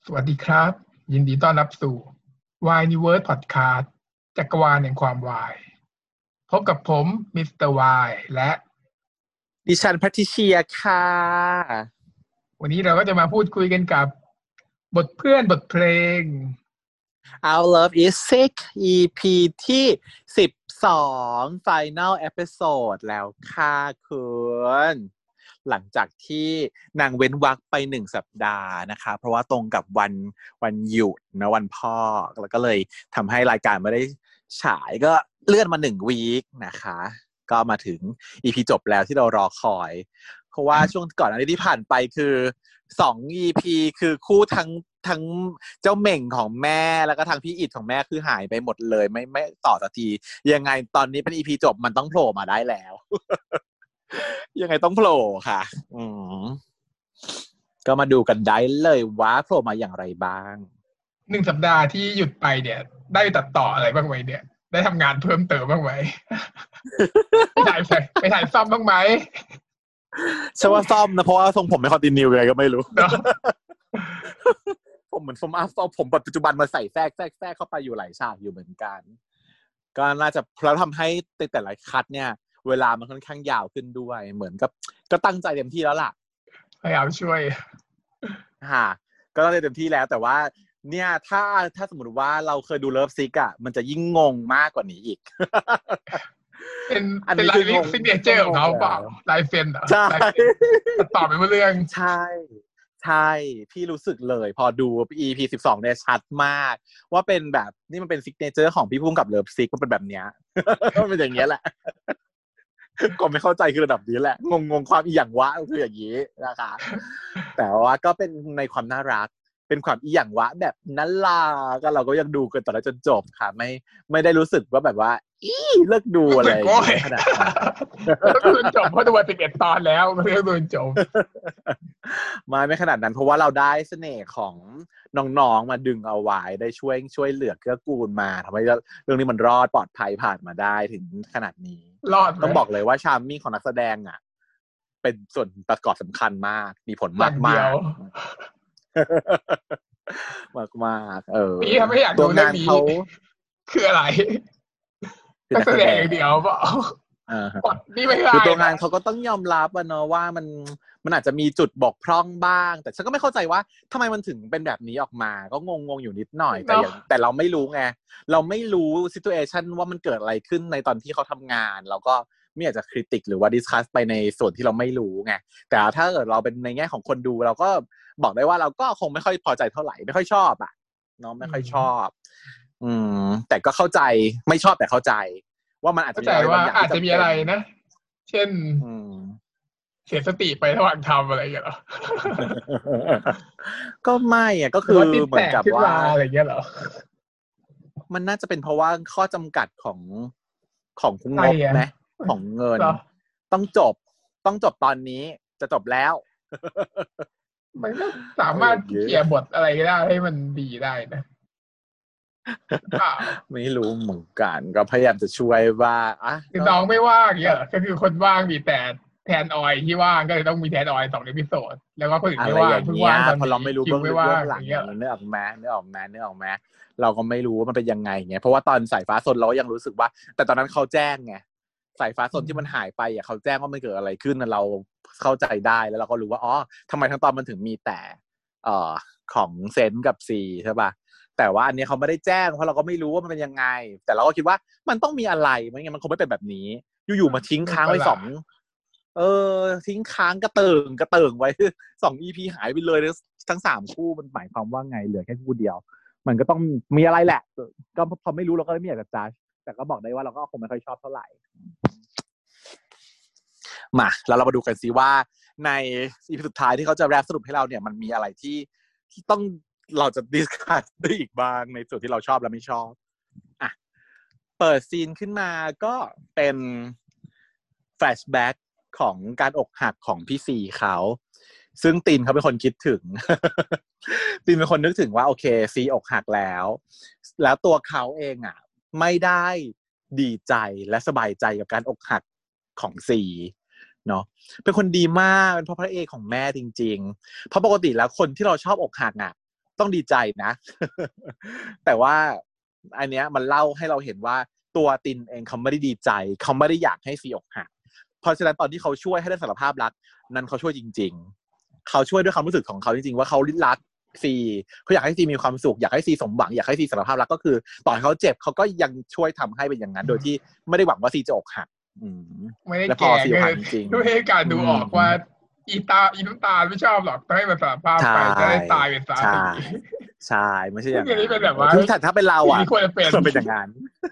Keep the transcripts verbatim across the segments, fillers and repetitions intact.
สวัสดีครับยินดีต้อนรับสู่ Wineverse Podcast จักรวาลแห่งความวายพบกับผมมิสเตอร์วายและดิฉันแพทริเชียค่ะวันนี้เราก็จะมาพูดคุยกันกับบทเพื่อนบทเพลง Our Love is Sick อี พี ที่สิบสอง Final Episode แล้วค่ะคุณหลังจากที่นางเว้นวรรคไปหนึ่งสัปดาห์นะคะเพราะว่าตรงกับวันวันหยุดนะวันพ่อแล้วก็เลยทำให้รายการไม่ได้ฉายก็เลื่อนมาหนึ่งวีคนะคะก็มาถึง อี พี จบแล้วที่เรารอคอยเพราะว่าช่วงก่อนอันนี้ที่ผ่านไปคือสอง อี พี คือคู่ทั้งทั้งเจ้าเหม่งของแม่แล้วก็ทางพี่อิฐของแม่คือหายไปหมดเลยไม่ไม่ต่อสักทียังไงตอนนี้เป็น อี พี จบมันต้องโผล่มาได้แล้ว ยังไงต้องโผล่ค่ะอืมก็มาดูกันได้เลยว่าโผล่มาอย่างไรบ้างหนึ่งสัปดาห์ที่หยุดไปเนี่ยได้ตัดต่ออะไรบ้างไหมเนี่ยได้ทำงานเพิ่มเติมบ้างไหม ไปถ่ายไปถ่ายซ่อมบ้างไหมใช่ว่าซ่อมนะเพราะว่าทรงผมไม่คอนติเนียยังไงก็ไม่รู้ ผมเหมือนผมเอาผมปัจจุบันมาใส่แทรกแทรกแทรกเข้าไปอยู่หลายฉากอยู่เหมือนกันก็น่าจะแล้วทำให้แต่ละคัทเนี่ยเวลามันค่อนข้างยาวขึ้นด้วยเหมือนกับก็ตั้งใจเต็มที่แล้วล่ะพยายามช่วยฮะก็ตั้งใจเต็มที่แล้วแต่ว่าเนี่ยถ้าถ้าสมมติว่าเราเคยดูเลิฟซิกอ่ะมันจะยิ่งงงมากกว่านี้อีกเป็นเป็นไลฟ์ซิกเนเจอร์ของเขาเปล่าไลฟ์เฟนเหรอใช่ต่อไปเรื่องใช่ใช่พี่รู้สึกเลยพอดู อี พี สิบสองเนี่ยชัดมากว่าเป็นแบบนี่มันเป็นซิกเนเจอร์ของพี่พุ่งกับเลิฟซิกมันเป็นแบบเนี้ยมันเป็นอย่างเงี้ยแหละก็ไม่เข้าใจคือระดับนี้แหละงงงความอีหยังวะคืออย่างนี้นะคะแต่ว่าก็เป็นในความน่ารักเป็นความอีหยังวะแบบนั้นล่ะก็เราก็ยังดูกันต่อแล้วจนจบค่ะไม่ไม่ได้รู้สึกว่าแบบว่าอีเลิกดูอะไรขนาดนั้นต้องดูจบเพราะดูมาสิบเอ็ดตอนแล้วมันต้องดูจบไม่ไม่ขนาดนั้นเพราะว่าเราได้เสน่ห์ของน้องๆมาดึงเอาไว้ได้ช่วยช่วยเหลือเกื้อกูลมาทำให้เรื่องนี้มันรอดปลอดภัยผ่านมาได้ถึงขนาดนี้รอดต้องบอกเลยว่าชาร์มมิ่งของนักแสดงอ่ะเป็นส่วนประกอบสำคัญมากมีผลมากมากมากมากเออพี่ไม่อยากดูเรื่องนี้คืออะไรนักแสดงเดียวเปล่านี่ไม่ได้คือตัวงานเขาก็ต้องยอมรับว่าเนาะว่ามันมันอาจจะมีจุดบกพร่องบ้างแต่ฉันก็ไม่เข้าใจว่าทำไมมันถึงเป็นแบบนี้ออกมาก็งงๆอยู่นิดหน่อยแต่อย่างแต่เราไม่รู้ไงเราไม่รู้ซิทูเอชันว่ามันเกิดอะไรขึ้นในตอนที่เขาทำงานเราก็ไม่อยากจะคริติกหรือว่าดิสคัสไปในส่วนที่เราไม่รู้ไงแต่ถ้าเกิดเราเป็นในแง่ของคนดูเราก็บอกได้ว่าเราก็คงไม่ค่อยพอใจเท่าไหร่ไม่ค่อยชอบอ่ะเนาะไม่ค่อยชอบอืมแต่ก็เข้าใจไม่ชอบแต่เข้าใจว่ามันอาจจะมีอะไรว่าอาจจะมีอะไรนะเช่นเสียสติไประหว่างทำอะไรอย่างเงี้ยหรอก็ไม่อ่ะก็คือเหมือนกับว่าอะไรเงี้ยหรอมันน่าจะเป็นเพราะว่าข้อจำกัดของของงบไหมของเงินต้องจบต้องจบตอนนี้จะจบแล้วมันก็สามารถเขียนบทอะไรก็ได้ให้มันดีได้นะไม่รู้เหมือนกันก็พยายามจะช่วยว่าอ่ะคือน้องไม่ว่างเนี่ยก็คือคนว่างมีแต่แทนออยที่ว่างก็เลยต้องมีแทนออยสองเอพิโซดแล้วก็คนอื่นไม่ว่างเพิ่งว่างตอนนี้พอเราไม่รู้เบื้องหลังเนี่ยเนื้อออกมาเนื้อออกมาเนื้อออกมาเราก็ไม่รู้ว่ามันเป็นยังไงไงเพราะว่าตอนสายฟ้าสนเราก็ยังรู้สึกว่าแต่ตอนนั้นเขาแจ้งไงสายฟ้าสนที่มันหายไปอ่ะเขาแจ้งว่ามันเกิดอะไรขึ้นเราเข้าใจได้แล้วเราก็รู้ว่าอ๋อทำไมทั้งตอนมันถึงมีแต่เอ่อของเซนกับซีใช่ป่ะแต่ว่าอันนี้เขาไม่ได้แจ้งเพราะเราก็ไม่รู้ว่ามันเป็นยังไงแต่เราก็คิดว่ามันต้องมีอะไรไม่งั้นมันคงไม่เป็นแบบนี้อยู่ๆมาทิ้งค้างไว้สองเออทิ้งค้างกระเติงกระเติงไว้สอง อี พี หายไปเลยทั้งสามคู่มันหมายความว่าไงเหลือแค่คู่เดียวมันก็ต้องมีอะไรแหละก็พอไม่รู้เราก็ไม่อยากจะจัดแต่ก็บอกได้ว่าเราก็คงไม่ค่อยชอบเท่าไหร่มาแล้วเรามาดูกันซิว่าใน อี พี สุดท้ายที่เขาจะแรปสรุปให้เราเนี่ยมันมีอะไรที่ที่ต้องเราจะดิสคัสได้อีกบ้างในส่วนที่เราชอบและไม่ชอบอ่ะเปิดซีนขึ้นมาก็เป็นแฟลชแบ็กของการอกหักของพี่ซีเขาซึ่งตีนเขาเป็นคนคิดถึงตีนเป็นคนนึกถึงว่าโอเคซีอกหักแล้วแล้วตัวเขาเองอ่ะไม่ได้ดีใจและสบายใจกับการอกหักของซีเนาะเป็นคนดีมากเป็นพ่อพระเอกของแม่จริงๆเพราะปกติแล้วคนที่เราชอบอกหักอ่ะต้องดีใจนะ แต่ว่าอันเนี้ยมันเล่าให้เราเห็นว่าตัวตินเองเขาไม่ได้ดีใจเขาไม่ได้อยากให้ซีอกหักเพราะฉะนั้นตอนที่เขาช่วยให้ได้สารภาพรักนั้นเขาช่วยจริงๆเขาช่วยด้วยความรู้สึกของเขาจริงๆว่าเขารักซีเขาอยากให้ซีมีความสุขอยากให้ซีสมหวังอยากให้ซีสารภาพรักก็คือต่อให้เขาเจ็บเขาก็ยังช่วยทำให้เป็นอย่างนั้นโดยที่ไม่ได้หวังว่าซีจะอกหักไม่ได้แล้วพแก่อซีอกหักจริงด้วยเหตุการณ์ดูออกว่าอีตาอีน้ำตาลไม่ชอบหรอกต้องให้มันสารภาพไปจะได้ตายเป็นสามีใช่ไม่ใช่อย่างนี้เป็นแบบว่าคือถ้าเป็นเราอ่ะควรจะเป็นเราเป็นอย่างนั้น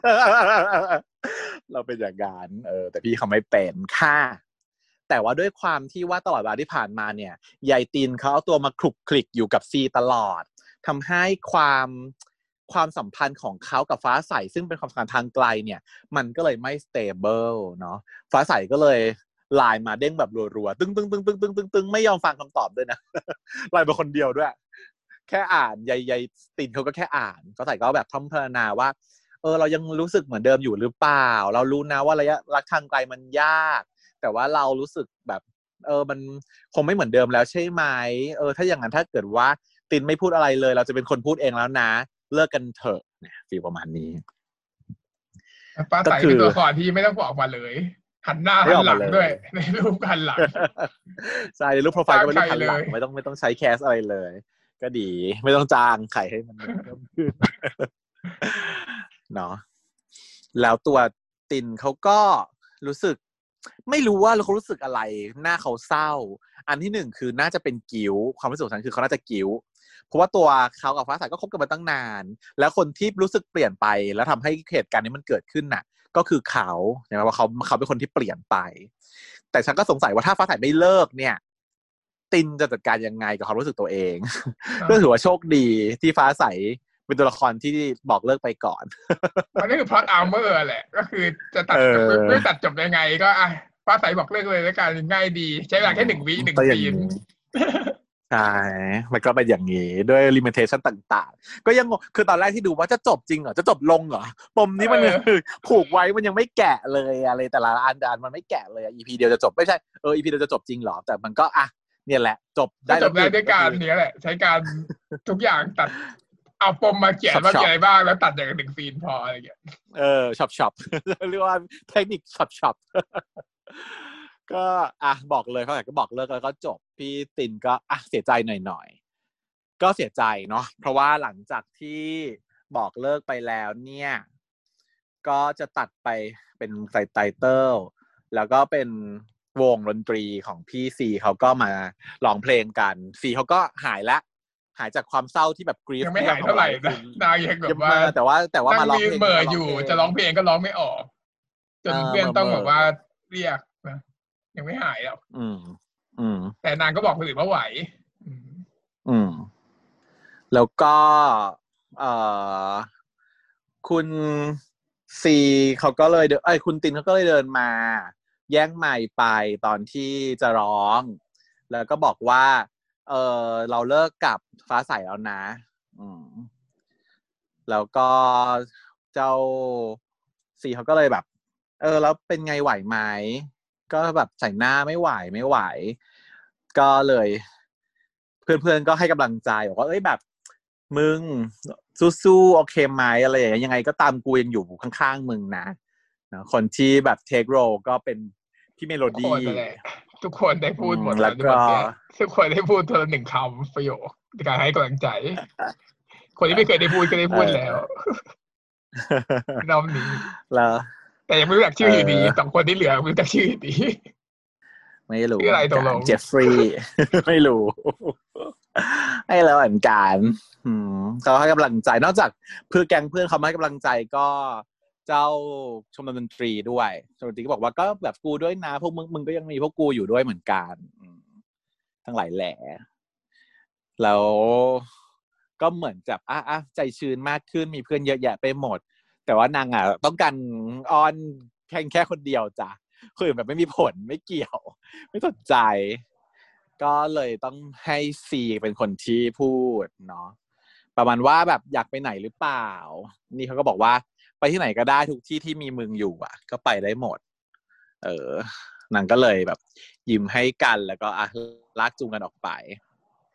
เราเป็นอย่างนั้นเออแต่พี่เขาไม่เป็นค่ะแต่ว่าด้วยความที่ว่าตลอดเวลาที่ผ่านมาเนี่ยยายตินเขาเอาตัวมาคลุกคลิกอยู่กับซีตลอดทำให้ความความสัมพันธ์ของเขากับฟ้าใสซึ่งเป็นความสัมพันธ์ทางไกลเนี่ยมันก็เลยไม่ stable เนาะฟ้าใสก็เลยไลน์มาเด้งแบบรัวๆตึ้งตึ้งตึ้งตึ้งตึ้งตึ้งตึ้งไม่ยอมฟังคำตอบด้วยนะไลน์มาคนเดียวด้วยแค่อ่านยายยายตินเขาก็แค่อ่านฟ้าใสก็แบบพร่ำพรรณนาว่าเออเรายังรู้สึกเหมือนเดิมอยู่หรือเปล่าเรารู้นะว่าระยะรักทางไกลมันยากแต่ว่าเรารู้สึกแบบเออมันคงไม่เหมือนเดิมแล้วใช่ไหมเออถ้าอย่างนั้นถ้าเกิดว่าตินไม่พูดอะไรเลยเราจะเป็นคนพูดเองแล้วนะเลิกกันเถอะเนี่ยฟีลประมาณนี้ฟ้าใสเป็นตัวละครที่ไม่ต้องบอกมาเลยหันหน้าหันหลังด้วยในรูปหันหลังใช่รูปโปรไฟล์ก็ไม่ต้องหันหลังไม่ต้องไม่ต้องใช้แคสอะไรเลยก็ดีไม่ต้องจ้างใครให้มันเพิ่มขึ้นเนาะแล้วตัวตินเขาก็รู้สึกไม่รู้ว่าเขารู้สึกอะไรหน้าเขาเศร้าอันที่หนึ่งคือน่าจะเป็นกิ้วความรู้สึกของฉันคือเขาน่าจะกิ้วเพราะว่าตัวเขากับฟ้าใสก็คบกันมาตั้งนานแล้วคนที่รู้สึกเปลี่ยนไปแล้วทำให้เหตุการณ์นี้มันเกิดขึ้นน่ะก็คือเขาใช่ไหมว่าเขาเขาเป็นคนที่เปลี่ยนไปแต่ฉันก็สงสัยว่าถ้าฟ้าใสไม่เลิกเนี่ยตินจะจัดการยังไงกับความรู้สึกตัวเองก็ถือว่าโชคดีที่ฟ้าใสเป็นตัวละครที่บอกเลิกไปก่อนมันก็คือพล็อตอาร์เมอร์แหละก็คือจะตัดจบไม่ตัดจบยังไงก็อ่ะฟ้าใสบอกเลิกเลยแล้วกันง่ายดีใช้เวลาแค่หนึ่งวิหนึ่งซีนใช่มันก็เป็นอย่างนี้ด้วย limitation ต่างๆก็ยังคือตอนแรกที่ดูว่าจะจบจริงเหรอจะจบลงเหรอปมนี้มันคือผูกไว้มันยังไม่แกะเลยอะไรแต่ละอันดานมันไม่แกะเลยอ่ะ อี พี เดียวจะจบไม่ใช่เออ อี พี เดียวจะจบจริงเหรอแต่มันก็อ่ะเนี่ยแหละจบได้จบได้ด้วยการนี้แหละใช้การทุกอย่างตัดเอาปมมาเขียนว่ามีอะไรบ้างแล้วตัดอย่างหนึ่งซีนพออะไรอย่างเงี้ยเออช็อปช็อปเรียกว่าเทคนิคช็อปช็อปก็อ่ะบอกเลยเขาอยากก็บอกเลิกแล้วก็จบพี่ตินก็อ่ะเสียใจหน่อยๆก็เสียใจเนาะเพราะว่าหลังจากที่บอกเลิกไปแล้วเนี่ยก็จะตัดไปเป็นไตเติ้ลแล้วก็เป็นวงดนตรีของพี่ซีเขาก็มาร้องเพลงกันซีเขาก็หายละหายจากความเศร้าที่แบบกรีฟยังไม่หายเท่าไหร่นะนางยังแบบว่าแต่ว่าแต่ว่ามาร้องเพลงเมื่ออยู่จะร้องเพลงก็ร้องไม่ออกจนเพื่อนต้องแบบว่าเรียกนะยังไม่หายหรอกอืมอืมแต่นางก็บอกคนอื่นว่าไหวอืมแล้วก็เอ่อคุณซีเขาก็เลยเอ้ยคุณตินเขาก็เลยเดินมาแย่งไมค์ไปตอนที่จะร้องแล้วก็บอกว่าเออเราเลิกกับฟ้าใสแล้วนะอืมแล้วก็เจ้าซีเขาก็เลยแบบเออแล้วเป็นไงไหวไหมก็แบบใส่หน้าไม่ไหวไม่ไหวก็เลยเพื่อนๆก็ให้กำลังใจบอกว่าเอ้ยแบบมึงสู้ๆโอเคไหมอะไรอย่างเงี้ยยังไงก็ตามกูยังอยู่ข้างๆมึงนะคนที่แบบเทคโรก็เป็นพี่เมโลดี้ทุกคนได้พูดหมดแล้วในบทเนี้ยทุกคนได้พูดคนละหนึ่งคำประโยคในการให้กำลังใจคนที่ไม่เคยได้พูดก็ได้พูดแล้วรอบนี้แล้วแต่ยังไม่รู้จักชื่ออยู่ดีสองคนที่เหลือไม่รู้จักชื่ออยู่ดีไม่รู้ชื่ออะไรตกลงเจฟฟรีย์ไม่รู้ให้แล้วเหมือนกันเขาให้กำลังใจนอกจากเพื่อแก๊งเพื่อนเขาให้กำลังใจก็เจ้าชมรมดนตรีด้วยชมรมดนตรีก็บอกว่าก็แบบกูด้วยนะพวกมึงมึงก็ยังมีพวกกูอยู่ด้วยเหมือนกันทั้งหลายแหล่แล้วก็เหมือนจะอ่ะอ่ะใจชื้นมากขึ้นมีเพื่อนเยอะแยะไปหมดแต่ว่านางอ่ะต้องการอ้อนแค่แค่คนเดียวจ้ะคนอื่นแบบไม่มีผลไม่เกี่ยวไม่สนใจก็เลยต้องให้ซีเป็นคนที่พูดเนาะประมาณว่าแบบอยากไปไหนหรือเปล่านี่เขาก็บอกว่าไปที่ไหนก็ได้ทุกที่ที่มีมึงอยู่อ่ะก็ไปได้หมดเออนางก็เลยแบบยิ้มให้กันแล้วก็อ่ะลากจูงกันออกไป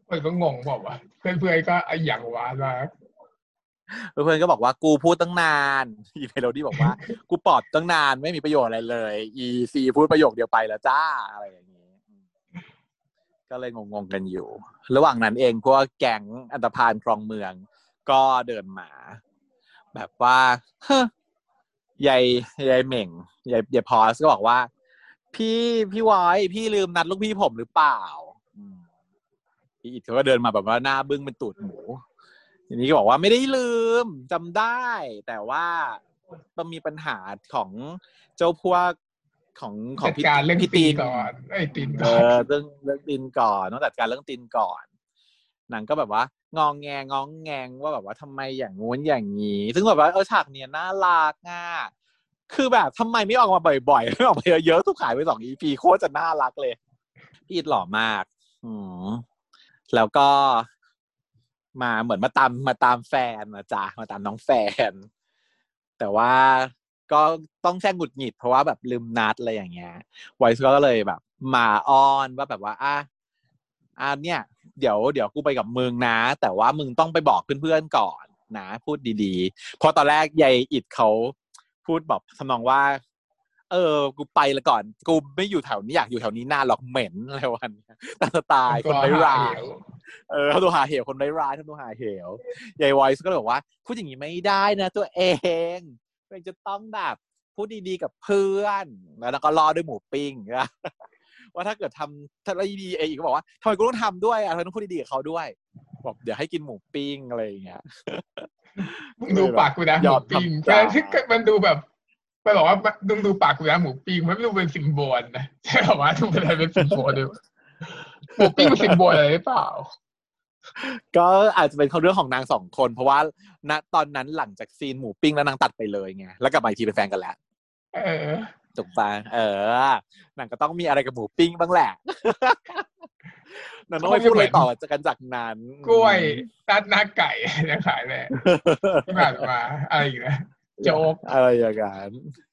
มันก็งงบอกว่าเพื่อนๆก็ไอ้อย่างวานมาเพื่อนๆก็บอกว่ากูพูดตั้งนานอีเมโลดี้บอกว่ากูปลอบตั้งนานไม่มีประโยชน์อะไรเลยอีซีพูดประโยคเดียวไปแล้วจ้าอะไรอย่างนี้ก็เลยงงๆกันอยู่ระหว่างนั้นเองพวกแก๊งอันธพาลครองเมืองก็เดินมาแบบว่าเฮ้ยยายยายเหม่งยายยายพอสก็บอกว่าพี่พี่วอยพี่ลืมนัดลูกพี่ผมหรือเปล่าพี่อิดเขาก็เดินมาแบบว่าหน้าบึ้งเป็นตูดหมูทีนี้ก็บอกว่าไม่ได้ลืมจำได้แต่ว่าต้องมีปัญหาของเจ้าพวกของของพี่พี่ตีนก่อนไอ้ตีนก่อนเออเรื่องเรื่องตีนก่อนต้องจัดการเรื่องตีนก่อนหนังก็แบบว่างองแงงองแงงว่าแบบว่าทำไมอย่างงู้นอย่างนี้ซึ่งแบบว่าเออฉากเนี้ยน่ารักอ่ะคือแบบทำไมไม่ออกมาบ่อยๆไม่ออกมาเยอะๆทุกขายไปสอง อี พี โคตรจะน่ารักเลยพี่อิดหล่อมากอืมแล้วก็มาเหมือนมาตามมาตามแฟนมาจ้ามาตามน้องแฟนแต่ว่าก็ต้องแช่งหงุดหงิดเพราะว่าแบบลืมนัดอะไรอย่างเงี้ยไวส์ก็เลยแบบมาอ้อนว่าแบบว่าอ่ะอ่ะเนี่ยเดี๋ยวเดี๋ยวกูไปกับมึงนะแต่ว่ามึงต้องไปบอกเพื่อนๆก่อนนะพูดดีๆเพราะตอนแรกยายอิดเขาพูดแบบทำนองว่าเออกูไปละก่อนกูไม่อยู่แถวนี้อยากอยู่แถวนี้นานหรอกเหม็นอะไรวันนี้ตามสไตล์คนร้ายเออเขาตัวหาเหวคนร้ายๆทำตัวหาเหวยายไวส์ก็เลยบอกว่าพูดอย่างนี้ไม่ได้นะตัวเองตัวเองจะต้องแบบพูดดีๆกับเพื่อนแล้วก็รอด้วยหมูปิ้งนะว่าถ้าเกิดทำถ้าดีเองก็บอกว่าทำไมกูต้องทำด้วยอ่ะทำไมต้องพูดดีๆกับเขาด้วยบอกเดี๋ยวให้กินหมูปิ้งอะไรอย่างเงี้ยดูปากกูนะหมูปิ้งแต่มันดูแบบไปบอกว่าดูดูปากกูนะหมูปิ้งมันไม่ดูเป็นสิมโบลนะใช่หรอวะดูเป็นอะไรเป็นสิมโบลด้วยหมูปิ้งเป็นสิมโบลอะไรหรือเปล่าก็อาจจะเป็นเรื่องของนางสองคนเพราะว่าณตอนนั้นหลังจากซีนหมูปิ้งแล้วนางตัดไปเลยไงแล้วกลับมาอีกทีเป็นแฟนกันแล้วเออถูกปะเออนางก็ต้องมีอะไรกับหมูปิ้งบ้างแหละนางต้องไม่พูดอะไรต่อจากกันจากนั้นกล้วยตัดหน้าไก่จะขายแหละที่ผ่านมาอะไรอย่างเงี้ยโจ๊กอะไรอย่างนั้น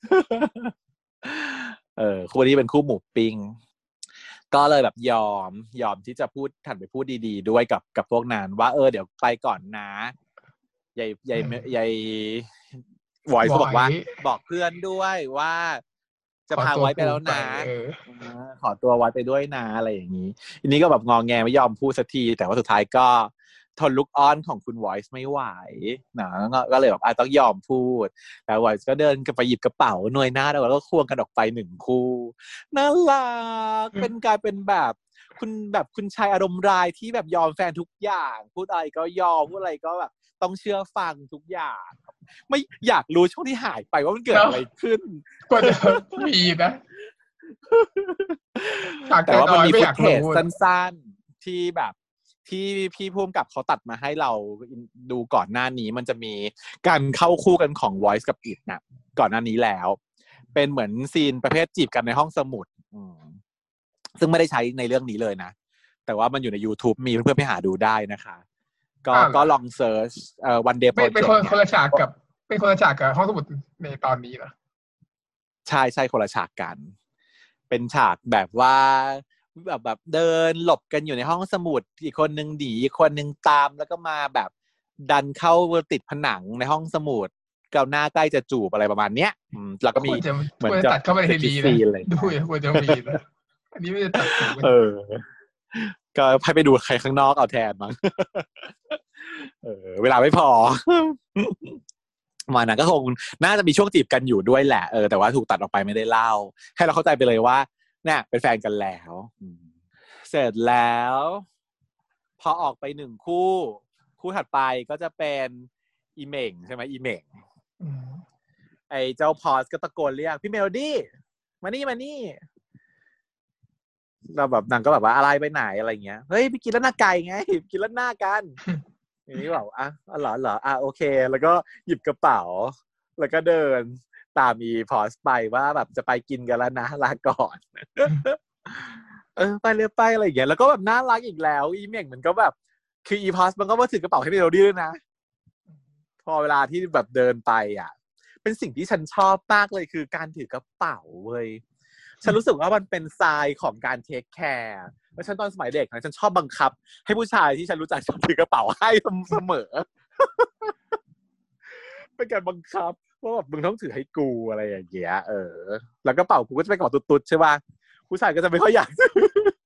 เออคู่นี้เป็นคู่หมูปิ้งก็เลยแบบยอมยอมที่จะพูดถันไปพูดดีๆด้วยกับกับพวกนั้นว่าเออเดี๋ยวไปก่อนนะยายยายยายวอยซ์บอกว่าบอกเพื่อนด้วยว่าจะพาไว้ไปแล้วนะขอตัวไว้ไปด้วยนะอะไรอย่างนี้ทีนี้ก็แบบงอแงไม่ยอมพูดสักทีแต่ว่าสุดท้ายก็ทนลุกอ้อนของคุณ Voice ไม่ไหวนะก็เลยแบบอ่ะต้องยอมพูดแล้ว Voice ก็เดินไปหยิบกระเป๋าหน่วยหน้าแล้วก็ควงกันออกไปหนึ่งคู่น่ารักเป็นกลายเป็นแบบคุณแบบคุณชายอารมณ์ร้ายที่แบบยอมแฟนทุกอย่างพูดอะไรก็ยอมพูดอะไรก็แบบต้องเชื่อฟังทุกอย่างไม่อยากรู้ช่วงที่หายไปว่ามันเกิดอะไรขึ้นก็จะมีนะแต่ว่ามันมีฟุตเทจสั้นๆที่แบบที่พี่พุ่มกับเขาตัดมาให้เราดูก่อนหน้านี้มันจะมีการเข้าคู่กันของ Voice กับ It นะก่อนหน้านี้แล้วเป็นเหมือนซีนประเภทจีบกันในห้องสมุดซึ่งไม่ได้ใช้ในเรื่องนี้เลยนะแต่ว่ามันอยู่ใน YouTube มีเพื่อนๆไปหาดูได้นะคะก็ก็ลองเซิร์ชเอ่อ One Day Project เป็นคนละฉากกับเป็นคนละฉากกับห้องสมุดในตอนนี้นะใช่ใช่คนละฉากกันเป็นฉากแบบว่าแบบแบบเดินหลบกันอยู่ในห้องสมุดอีกคนนึงหนีอีกคนนึงตามแล้วก็มาแบบดันเข้าติดผนังในห้องสมุดก้าวหน้าใกล้จะจูบอะไรประมาณเนี้ยแล้วก็มีเหมือนตัดเข้าไปในทีวีเลยดูควรจะมีนะอันนี้ไม่ได้ตัดเออก็ให้ไปดูใครข้างนอกเอาแทนมั้งเออเวลาไม่พอมานะก็คงน่าจะมีช่วงจีบกันอยู่ด้วยแหละเออแต่ว่าถูกตัดออกไปไม่ได้เล่าให้เราเข้าใจไปเลยว่าเนี่ยเป็นแฟนกันแล้วเสร็จแล้วพอออกไปหนึ่งคู่คู่ถัดไปก็จะเป็นอีเหม่งใช่ไหมอีเหม่งไอ้เจ้าพอสก็ตะโกนเรียกพี่เมโลดี้มานี่มานี่เราแบบนางก็แบบว่าอะไรไปไหนอะไรเงี้ยเฮ้ยไปกินแล้วหน้าไก่ไงกินแล้วหน้ากันอย่างนี้แบบอ่ะเหรอเหรออ่ะโอเคแล้วก็หยิบกระเป๋าแล้วก็เดินตามอีพอสไปว่าแบบจะไปกินกันแล้วนะลาก่อนเออไปเลยไปอะไรอย่างเงี้ยแล้วก็แบบน่ารักอีกแล้วอีเม่งมันก็แบบคืออีพอสมันก็มาถือกระเป๋าให้เมโลดี้ด้วยนะพอเวลาที่แบบเดินไปอ่ะเป็นสิ่งที่ฉันชอบมากเลยคือการถือกระเป๋าเว้ยฉันรู้สึกว่ามันเป็นทรายของการเทคแคร์แล้วฉันตอนสมัยเด็กนะฉันชอบบังคับให้ผู้ชายที่ฉันรู้จักถือกระเป๋าให้เสมอเป็นการบังคับว่าแบบมึงต้องถือให้กูอะไรอย่างเงี้ยเออแล้วกระเป๋ากูก็จะเป็นกระเป๋าตุ๊ดๆใช่ป่ะผู้ชายก็จะไม่ค่อยอยากถือ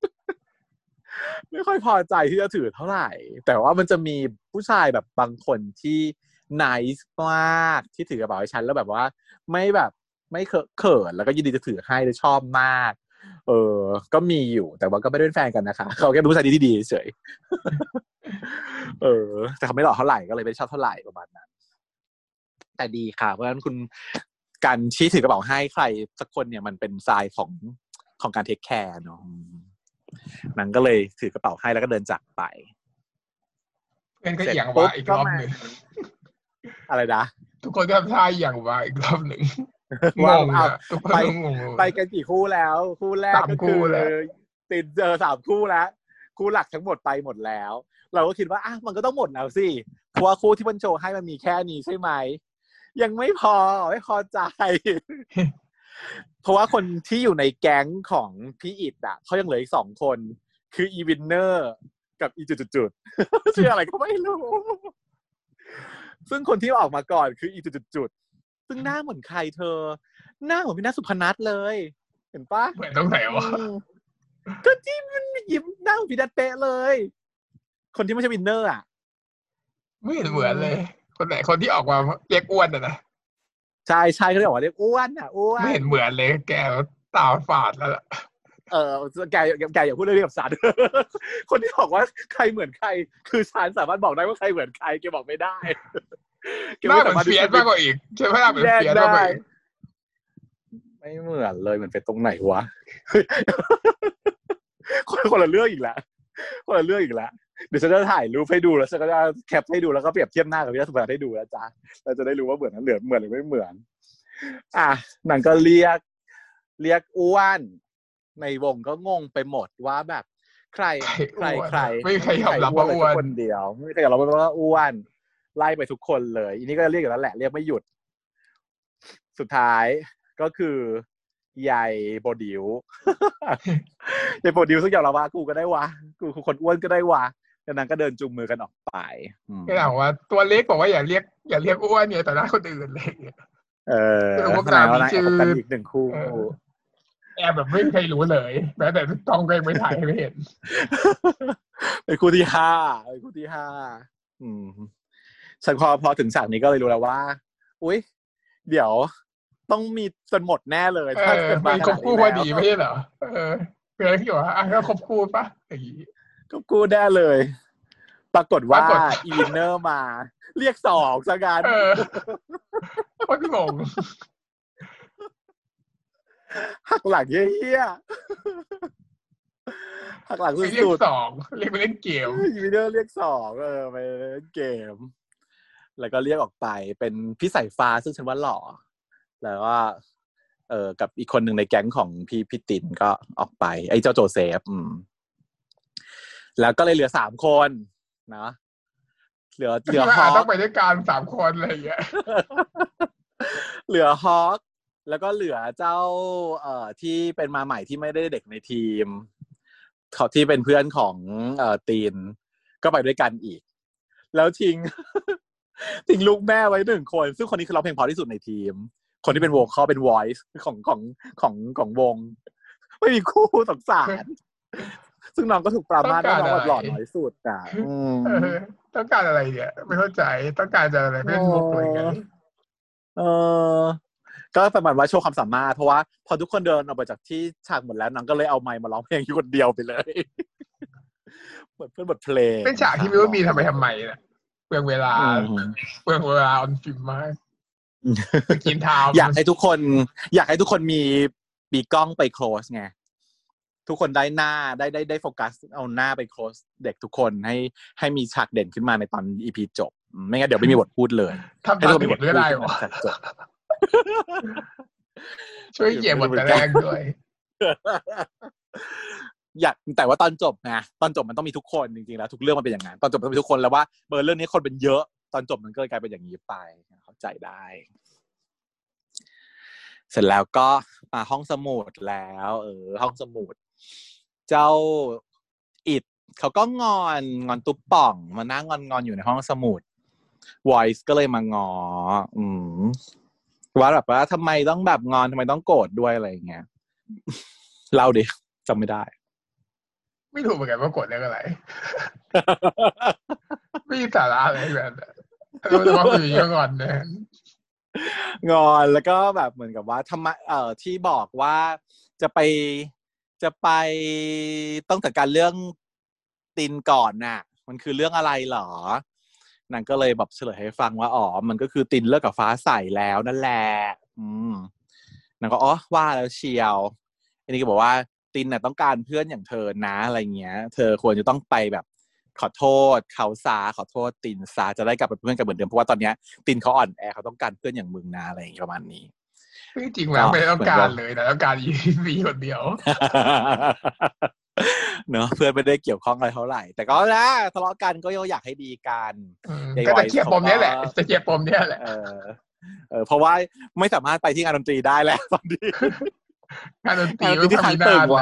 ไม่ค่อยพอใจที่จะถือเท่าไหร่แต่ว่ามันจะมีผู้ชายแบบบางคนที่ nice มากที่ถือกระเป๋าให้ฉันแล้วแบบว่าไม่แบบไม่เขินแล้วก็ยินดีจะถือให้เลยชอบมากเออก็มีอยู่แต่ว่าก็ไม่ได้เป็นแฟนกันนะคะเขาแค่เป็นผู้ชายที่ดีเฉยเออแต่เขาไม่หล่อเท่าไหร่ก็เลยไม่ชอบเท่าไหร่ประมาณนั้นแต่ดีค่ะเพราะฉะนั้นคุณการที่ถือกระเป๋าให้ใครสักคนเนี่ยมันเป็นทรายของของการเทคแคร์เนาะนางก็เลยถือกระเป๋าให้แล้วก็เดินจากไปเพื่อนก็อย่างว่าอีกรอบหนึ่งอะไรนะทุกคนก็ทำท่าอย่างว่าอีกรอบหนึ่งงงอ่ะทุกคนงงไปกันกี่คู่แล้วคู่แรกก็คือติดเจอสามคู่แล้วคู่หลักทั้งหมดไปหมดแล้วเราก็คิดว่าอ่ะมันก็ต้องหมดแล้วสิเพราะว่าคู่ที่มันโชว์ให้มันมีแค่นี้ใช่ไหมยังไม่พอไม่พอใจเพราะว่าคนที่อยู่ในแก๊งของพี่อิดอ่ะเขายังเหลืออีกสองคนคืออีวินเนอร์กับอีจุดๆชื่ออะไรก็ไม่รู้ซึ่งคนที่ออกมาก่อนคืออีจุดๆซึ่งหน้าเหมือนใครเธอหน้าเหมือนพี่ณสุพนัทเลยเห็นปะเหมือนตรงไหนวะก็ที่มันยิ้มหน้าเหมือนพี่ณัทเป๊ะเลยคนที่ไม่ใช่วินเนอร์อ่ะไม่เห็นเหมือนเลยคนไหนคนที่ออกมาเรียกอ้วนอ่ะนะใช่ใช่เขาเรียกว่าเรียกอ้วนอ่ะอ้วนไม่เห็นเหมือนเลยแกตาฝาดแล้วล่ะเออแกแกอย่าพูดเรื่องนี้กับฉันคนที่บอกว่าใครเหมือนใครคือฉันสามารถบอกได้ว่าใครเหมือนใครแกบอกไม่ได้หน้าเหมือนเฟียสมากกว่าอีกใช่ไหมหน้าเหมือนเฟียสมากกว่าอีกไม่เหมือนเลยเหมือนเป็นตรงไหนวะคนคนละเรื่องอีกแล้วคนละเรื่องอีกแล้วเดี๋ยวฉันจะถ่ายรูปให้ดูแล้วฉันก็จะแคปให้ดูแล้วก็เปรียบเทียบหน้ากับพี่ณสุพนัทให้ดูนะจ๊ะเราจะได้รู้ว่าเหมือนนั้นเหลือเหมือนหรือไม่เหมือนอ่ะนางก็เรียกเรียกอ้วนในวงก็งงไปหมดว่าแบบใครใครใครไม่มีใครยอมรับว่าอ้วนคนเดียวไม่มีใครยอมรับว่าอ้วนไล่ไปทุกคนเลยอันนี้ก็เรียกอยู่แล้วแหละเรียกไม่หยุดสุดท้ายก็คือยายโบดิวยายโบดิวซึ่งยอมรับว่ากูก็ได้วะกูคือคนอ้วนก็ได้วะแล้วนางก็เดินจูงมือกันออกไปก็ถามว่าตัวเล็กบอกว่าอย่าเรียกอย่าเรียกอ้วนเนี่ยแต่หน้าคนอื่นเลยเออพวกนายว่านะแอบกันอีกหนึ่งคู่แอบแบบไม่เคยรู้เลยแม้แต่ต้องก็ยังไม่ถ่ายให้ไม่เห็นเป็นคู่ที่ห้าเป็นคู่ที่ห้าอืมฉันพอพอถึงฉากนี้ก็เลยรู้แล้วว่าอุ๊ยเดี๋ยวต้องมีจนหมดแน่เลยถ้าเกิดมาครบคู่พอดีไม่ใช่เหรอเออเพื่อนที่ว่าอ่ะก็ครบคู่ปะอย่างงี้ครบคู่แน่เลยปรากฏว่าอีวินเนอร์มาเรียกสองซะกันเออโคตรงงหักหลังเหี้ยหักหลังสุดๆเรียกสองเรียกไปเล่นเกมอีวินเนอร์เรียกสองเออไปเล่นเกมแล้วก็เรียกออกไปเป็นพี่สายฟ้าซึ่งฉันว่าหล่อแล้วก็เออกับอีกคนหนึ่งในแก๊งของพี่พี่ตินก็ออกไปไอ้เจ้าโจเซฟอืมแล้วก็เลยเหลือสามคนเนาะเหลือเหลือฮอคต้องไปด้วยกันสามคนอะไรอย่างเงี้ยเหลือฮอคแล้วก็เหลือเจ้าเอ่อที่เป็นมาใหม่ที่ไม่ได้เด็กในทีมเขาที่เป็นเพื่อนของเอ่อตีนก็ไปด้วยกันอีกแล้วทิ้งทิ้งลูกแม่ไว้หนึ่งคนซึ่งคนนี้คือร้องเพลงเพราะที่สุดในทีมคนที่เป็นวงเขาเป็น voice ของของของของวงไม่มีคู่สงสารซึ่งน้องก็ถูกปรามาสว่าน้องหล่อน้อยสุดอ่ะต้องการอะไรเนี่ยไม่เข้าใจต้องการจะอะไรเล่นมุกอะไรกันเออก็ประมาณว่าโชว์ความสามารถเพราะว่าพอทุกคนเดินออกไปจากที่ฉากหมดแล้วน้องก็เลยเอาไมค์มาร้องเพลงอยู่คนเดียวไปเลยเหมือนเพื่อนบทเพลงเป็นฉากที่ไม่รู้มีทำไมทำไมนะเปลืองเวลาเปลืองเวลาออนฟิล์มมากกินทาวอยากให้ทุกคนอยากให้ทุกคนมีปีกล้องไปโคลสไงทุกคนได้หน้าได้ได้ได้โฟกัสเอาหน้าไปโคลสเด็กทุกคนให้ให้มีฉากเด่นขึ้นมาในตอน อี พี จบไม่งั้นเดี๋ยวไม่มีบทพูดเลยให้ทุกคนมีบทพูดได้หรอช่วยเหยียบบทแต่แรกด้วยอยากแต่ว่าตอนจบไงตอนจบมันต้องมีทุกคนจริงๆแล้วทุกเรื่องมันเป็นอย่างนั้นตอนจบมันต้องมีทุกคนแล้วว่าเบอร์เรื่องนี้คนเป็นเยอะตอนจบมันก็เลยกลายเป็นอย่างนี้ไปเข้าใจได้เสร็จแล้วก็มาห้องสมุดแล้วเออห้องสมุดเจ้าอิดเขาก็งอนงอนตุ๊บป่องมานั่งงอนงอนอยู่ในห้องสมุด Voice ก็เลยมางออืมว่าแบบว่าทำไมต้องแบบงอนทำไมต้องโกรธด้วยอะไรอย่างเงี้ยเล่าดิจำไม่ได้ไม่ถูกเหมือนกันว่ากดเรื่องอะไร ไม่มีสาระอะไรแบบนั้นรู้แต่ว่าคุยก็งอนนะงอนแล้วก็แบบเหมือนกับว่าทำไมเอ่อที่บอกว่าจะไปจะไปต้องจัดการเรื่องตินก่อนน่ะมันคือเรื่องอะไรหรอนางก็เลยแบบเฉลยให้ฟังว่าอ๋อมันก็คือตินเลิกกับฟ้าใสแล้วนั่นแหละอืมนางก็อ๋อว่าแล้วเชียวอันนี้ก็บอกว่าตินน่ะต้องการเพื่อนอย่างเธอนะอะไรเงี้ยเธอควรจะต้องไปแบบขอโทษเขาซาขอโทษตินซาจะได้กลับเป็นเพื่อนกันเหมือนเดิมเพราะว่าตอนเนี้ยตินเขาอ่อนแอเขาต้องการเพื่อนอย่างมึงนะอะไรอย่างเงี้ยประมาณนี้ซึ่งจริงแล้วไม่ต้องการเลยแต่ต้องการอีพีคนเดียวเนอะเพื่อนไม่ได้เกี่ยวข้องอะไรเท่าไหร่แต่ก็นะทะเลาะกันก็อยากให้ดีกันก็จะเคลียร์ปมนี้แหละจะเคลียร์ปมนี้แหละเออเออเพราะว่าไม่สามารถไปที่งานดนตรีได้แล้วตอนนี้งานดนตรีที่ค้างตึกไว้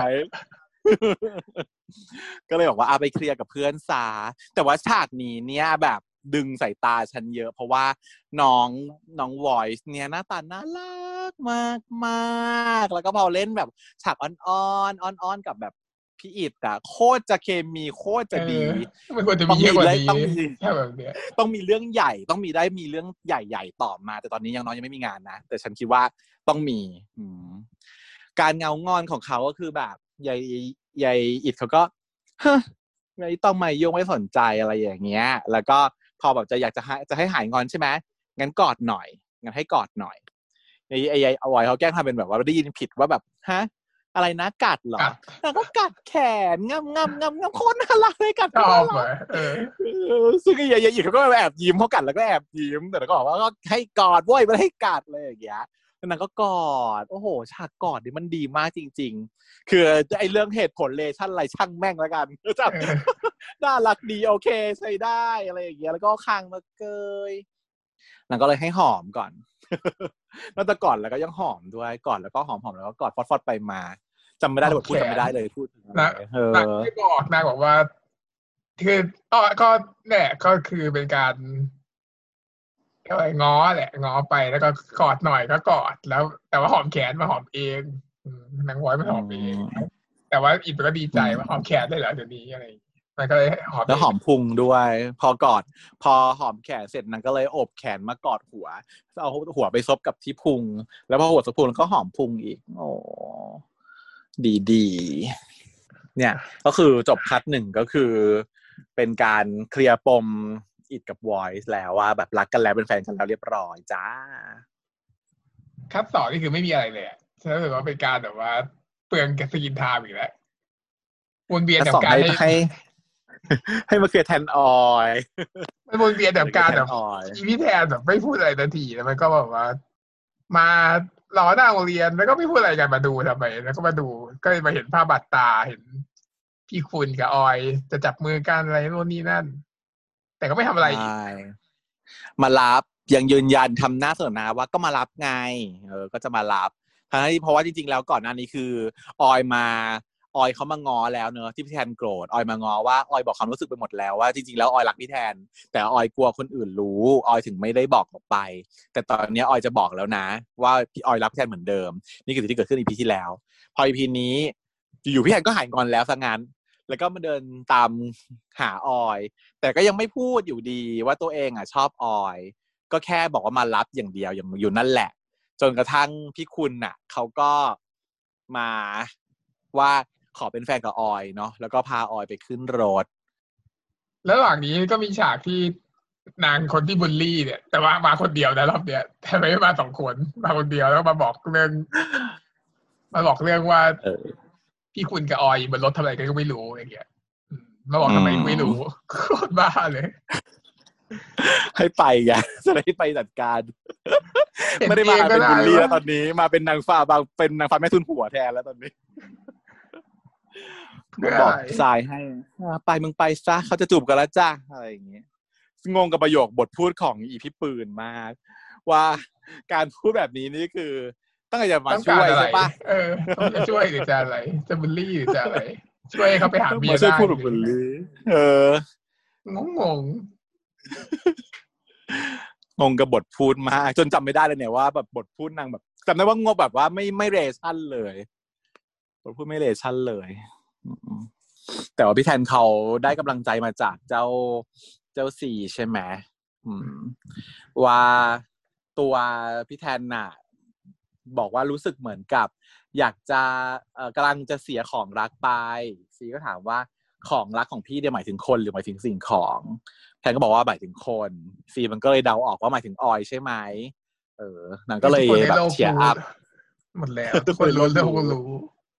ก็เลยบอกว่าเอาไปเคลียร์กับเพื่อนซาแต่ว่าฉากนี้เนี่ยแบบดึงสายตาฉันเยอะเพราะว่าน้องน้อง Voice เนี่ยหน้าตาน่ารักมากมากแล้วก็พอเล่นแบบฉากอ่อนๆอ่อนๆกับแบบพี่อิฐอะโคตรจะเคมีโคตรจะดีมันควรจะมีเยอะกว่านี้ต้องมีแค่แบบเนี้ยต้องมีเรื่องใหญ่ต้องมีได้มีเรื่องใหญ่ๆต่อมาแต่ตอนนี้ยังน้อยยังไม่มีงานนะแต่ฉันคิดว่าต้องมีการเงางอนของเขาก็คือแบบยายยายอิดเขาก็ฮะไม่ต้องมายุ่งไม่สนใจอะไรอย่างเงี้ยแล้วก็พอแบบจะอยากจะให้จะให้หายงอนใช่ไหมงั้นกอดหน่อยงั้นให้กอดหน่อยไอ้ไอ้เอาไว้เขาแกล้งทำเป็นแบบว่าได้ยินผิดว่าแบบฮะอะไรนะกัดเหรอแล้วก็กัดแขนงำงำงำงำโคตรน่ารักเลยกัดชอบเลยเออซึ่งไอ้ยายอีกเขาก็แอบยิ้มเขากัดแล้วก็แอบยิ้มแต่ก็บอกว่าก็ให้กอดเว้ยไม่ให้กัดเลยอย่างเงี้ยแล้วนางก็กอดโอ้โหฉากกอดนี่มันดีมากจริงๆคือไอ้เรื่องเหตุผลเลชั่นอะไรช่างแม่งแล้วกันจับน่ารักดีโอเคใช้ได้อะไรอย่างเงี้ยแล้วก็คางมาเกยนางก็เลยให้หอมก่อนแล้วแต่ก่อนแล้วก็ยังหอมด้วยก่อนแล้วก็หอมหอมแล้วก็กอดฟอดๆไปมาจำไม่ได้เลยพูดจำไม่ได้เลยพูดนะนางไม่บอกนางบอกว่าคือก็ก็เนี่ยก็คือเป็นการอะไรง้อแหละง้อไปแล้วก็กอดหน่อยก็กอดแล้วแต่ว่าหอมแขนมาหอมเองนางไว้ไม่หอมเองแต่ว่าอิดก็ดีใจว่าหอมแขนได้เหรอเดี๋ยวนี้อะไรมันก็เลยหอมแล้วหอมพุงด้วยพอกอดพอหอมแขนเสร็จนางก็เลยโอบแขนมากอดหัวเอาหัวไปซบกับที่พุงแล้วพอหัวซบพุงก็หอมพุงอีกโอ้ดีดีเนี่ยก็คือจบคัดหนึ่งก็คือเป็นการเคลียร์ปมอิดกับ Voice แล้วว่าแบบรักกันแล้วเป็นแฟนกันแล้วเรียบร้อยจ้าคัดสองนี่คือไม่มีอะไรเลยอ่ะฉันรู้สึกว่าเป็นการแบบว่าเปลืองแกสกินไทม์อีกแล้ววนเวียนกับการให้ให้ให้มาเคลียร์แทนออยไม่วนเวียนกับการแบบอีพี่แทนแบบไม่พูดอะไรนาทีแล้วมันก็แบบว่ามารอหน้าโรงเรียนแล้วก็ไม่พูดอะไรกันมาดูทำไมแล้วก็มาดูก็มาเห็นภาพบัตรตาเห็นพี่คุณกับออยจะจับมือกันอะไรโน่นนี่นั่นแต่ก็ไม่ทำอะไรอีกมารับยังยืนยันทำหน้าเสนอว่าก็มารับไงเออก็จะมารับทั้งที่เพราะว่าจริงๆแล้วก่อนหน้านี้คือออยมาออยเขามางอแล้วเนอะที่พี่แทนโกรธออยมางอว่าออยบอกความรู้สึกไปหมดแล้วว่าจริงๆแล้วออยรักพี่แทนแต่ออยกลัวคนอื่นรู้ออยถึงไม่ได้บอกออกไปแต่ตอนนี้ออยจะบอกแล้วนะว่าพี่ออยรักพี่แทนเหมือนเดิมนี่คือสิ่งที่เกิดขึ้น อี พี ที่แล้วพอ อี พี นี้อยู่พี่แทนก็หายงอนแล้วซะงั้นแล้วก็มาเดินตามหาออยแต่ก็ยังไม่พูดอยู่ดีว่าตัวเองอ่ะชอบออยก็แค่บอกว่ามารับอย่างเดียวอย่างอยู่นั่นแหละจนกระทั่งพี่คุณน่ะเขาก็มาว่าขอเป็นแฟนกับออยเนาะแล้วก็พาออยไปขึ้นรถแล้วหลังนี้ก็มีฉากที่นางคนที่บูลลี่เนี่ยแต่ว่ามาคนเดียวนะรอบเนี้ยแต่ไม่ได้มาสองคนมาคนเดียวแล้วมาบอกเรื่องมาบอกเรื่องว่าพี่คุณกับออยบนรถทำอะไรกันก็ไม่รู้อย่างเงี้ยมาบอกทำไมไม่รู้โคตรบ้าเลยให้ไปไงจะได้ไปจัดการไม่ได้มาเป็นบูลลี่แล้วตอนนี้มาเป็นนางฟ้าบางเป็นนางฟ้าแม่ทุนหัวแทนแล้วตอนนี้บอกทรายให้ไปมึงไปซะเขาจะจูบกันแล้วจ้าอะไรอย่างเงี้ยงงกับประโยคบทพูดของอีพี่ปืนมากว่าการพูดแบบนี้นี่คือตั้งใจจะมาช่วยใช่ปะเออต้องจะช่วยหรือจะอะไรจะบูลลี่หรือจะอะไรช่วยเขาไปหาเมียมาช่วยได้พูดแบบบุลลี่เอองงงงงกับบทพูดมากจนจำไม่ได้เลยเนี่ยว่าแบบบทพูดนางแบบจำได้ว่างงแบบว่าไม่ไม่เรชั่นเลยบทพูดไม่เรชั่นเลยแต่ว่าพี่แทนเขาได้กำลังใจมาจากเจ้าเจ้าซีใช่ไหมว่าตัวพี่แทนน่ะบอกว่ารู้สึกเหมือนกับอยากจะเอ่อกำลังจะเสียของรักไปซีก็ถามว่าของรักของพี่เนี่ยหมายถึงคนหรือหมายถึงสิ่งของแทนก็บอกว่าหมายถึงคนซีมันก็เลยเดาออกว่าหมายถึงออยใช่ไหมเออนางก็เลยแบบเชียร์อัพหมดแล้วทุกคนรู้เรื่องก็รู้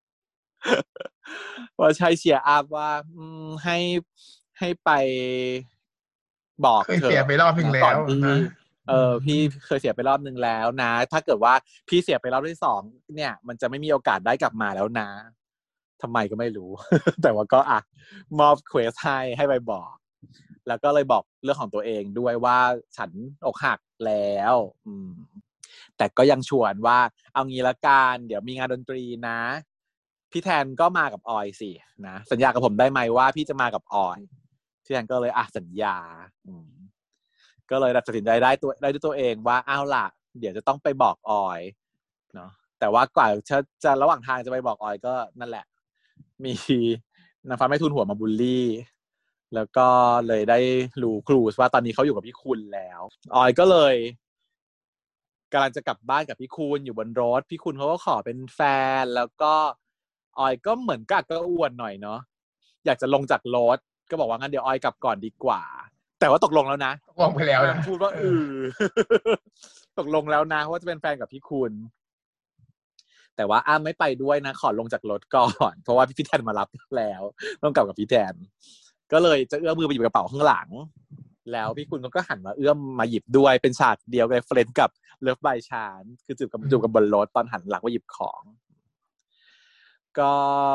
ว่าใช่เชียร์อัพว่าให้ให้ไปบอกเธอเคยเสียไปรอบนึงแล้วนะเออพี่เคยเสียไปรอบนึงแล้วนะถ้าเกิดว่าพี่เสียไปรอบที่สองเนี่ยมันจะไม่มีโอกาสได้กลับมาแล้วนะทำไมก็ไม่รู้ แต่ว่าก็อ่ะมอบเควสให้ให้ไปบอกแล้วก็เลยบอกเรื่องของตัวเองด้วยว่าฉันอกหักแล้วอืมแต่ก็ยังชวนว่าเอางี้ละกันเดี๋ยวมีงานดนตรีนะพี่แทนก็มากับออยสินะสัญญากับผมได้ไหมว่าพี่จะมากับออยพี่แทนก็เลยอ่ะสัญญาอืมก็เลยตัดสินใจได้ตัวได้ด้วยตัวเองว่าอ้าวล่ะเดี๋ยวจะต้องไปบอกออยเนาะแต่ว่ากว่าจะจะระหว่างทางจะไปบอกออยก็นั่นแหละมีนางฟ้าไม่ทุนหัวมาบูลลี่แล้วก็เลยได้รู้ครูว่าตอนนี้เขาอยู่กับพี่คุณแล้วออยก็เลยกำลังจะกลับบ้านกับพี่คุณอยู่บนรถพี่คุณเขาก็ขอเป็นแฟนแล้วก็ออยก็เหมือนกักก็อ้วนหน่อยเนาะอยากจะลงจากรถก็บอกว่างั้นเดี๋ยวออยกลับก่อนดีกว่าแต่ว่าตกลงแล้วนะตกลงไปแล้วนะพูดว่าเออตกลงแล้วนะว่าจะเป็นแฟนกับพี่คุณแต่ว่าอ้าไม่ไปด้วยนะขอลงจากรถก่อนเพราะว่าพี่แทนมารับแล้วต้องกลับกับพี่แทนก็เลยจะเอื้อมมือไปหยิบกระเป๋าข้างหลังแล้วพี่คุณก็หันมาเอื้อมมาหยิบด้วยเป็นฉากเดียวกันเฟรนด์กับเลิฟบายชานคือจูบกับจูบกับบนรถตอนหันหลังมาหยิบของก็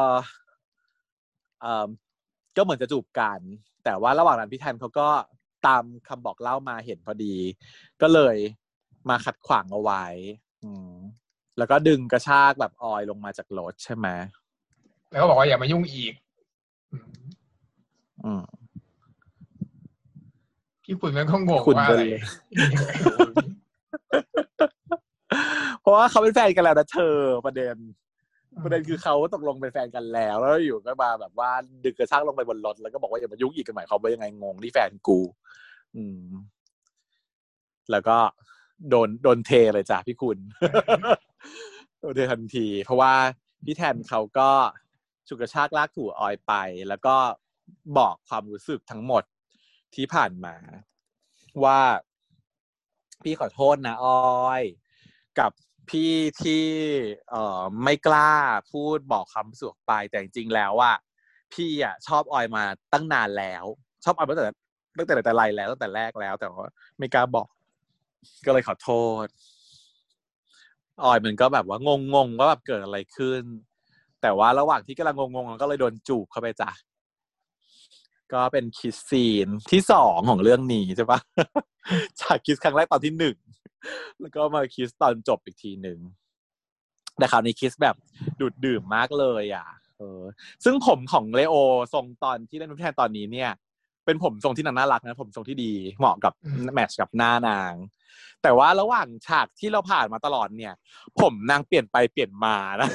เอ่อก็เหมือนจะจูบกันแต่ว่าระหว่างนั้นพี่แทนเขาก็ตามคำบอกเล่ามาเห็นพอดีก็เลยมาขัดขวางเอาไว้แล้วก็ดึงกระชากแบบออยลงมาจากรถใช่ไหมแล้วก็บอกว่าอย่ามายุ่งอีกอืมพี่คุณมันก็งงว่าอะไรเพราะว่าเขาเป็นแฟนกันแล้วนะเธอประเด็นประเด็นคือเขาตกลงเป็นแฟนกันแล้วแล้วอยู่ก็มาแบบว่าดึงกระชากลงไปบนรถแล้วก็บอกว่าอย่ามายุ่งอีกกันหมายเขาว่ายังไงงงที่แฟนกูอืมแล้วก็โดนโดนเทเลยจ้ะพี่คุณโดนเททันทีเพราะว่าพี่แทนเขาก็ฉุดกระชากลากถูออยไปแล้วก็บอกความรู้สึกทั้งหมดที่ผ่านมาว่าพี่ขอโทษนะออยกับพี่ที่เอ่อไม่กล้าพูดบอกคำรู้สึกไปแต่จริงๆแล้วอ่ะพี่อ่ะชอบออยมาตั้งนานแล้วชอบออยตั้งแต่ตั้งแต่แต่ไรแล้วตั้งแต่แรกแล้วแต่ว่าไม่กล้าบอกก็เลยขอโทษออยมันก็แบบว่างงๆว่าแบบเกิดอะไรขึ้นแต่ว่าระหว่างที่กำลังงงๆก็เลยโดนจูบเข้าไปจ้ะก็เป็นคิสซีนที่สองของเรื่องนี้ใช่ปะจากคิสครั้งแรกตอนที่หนึ่งแล้วก็มาคิสตอนจบอีกทีหนึ่งแต่คราวนี้คิสแบบดูดดื่มมากเลยอ่ะเออซึ่งผมของเลโอทรงตอนที่เล่นแทนตอนนี้เนี่ยเป็นผมทรงที่น่ารักนะผมทรงที่ดีเหมาะกับแมทช์กับหน้านางแต่ว่าระหว่างฉากที่เราผ่านมาตลอดเนี่ยผมนางเปลี่ยนไปเปลี่ยนมานะ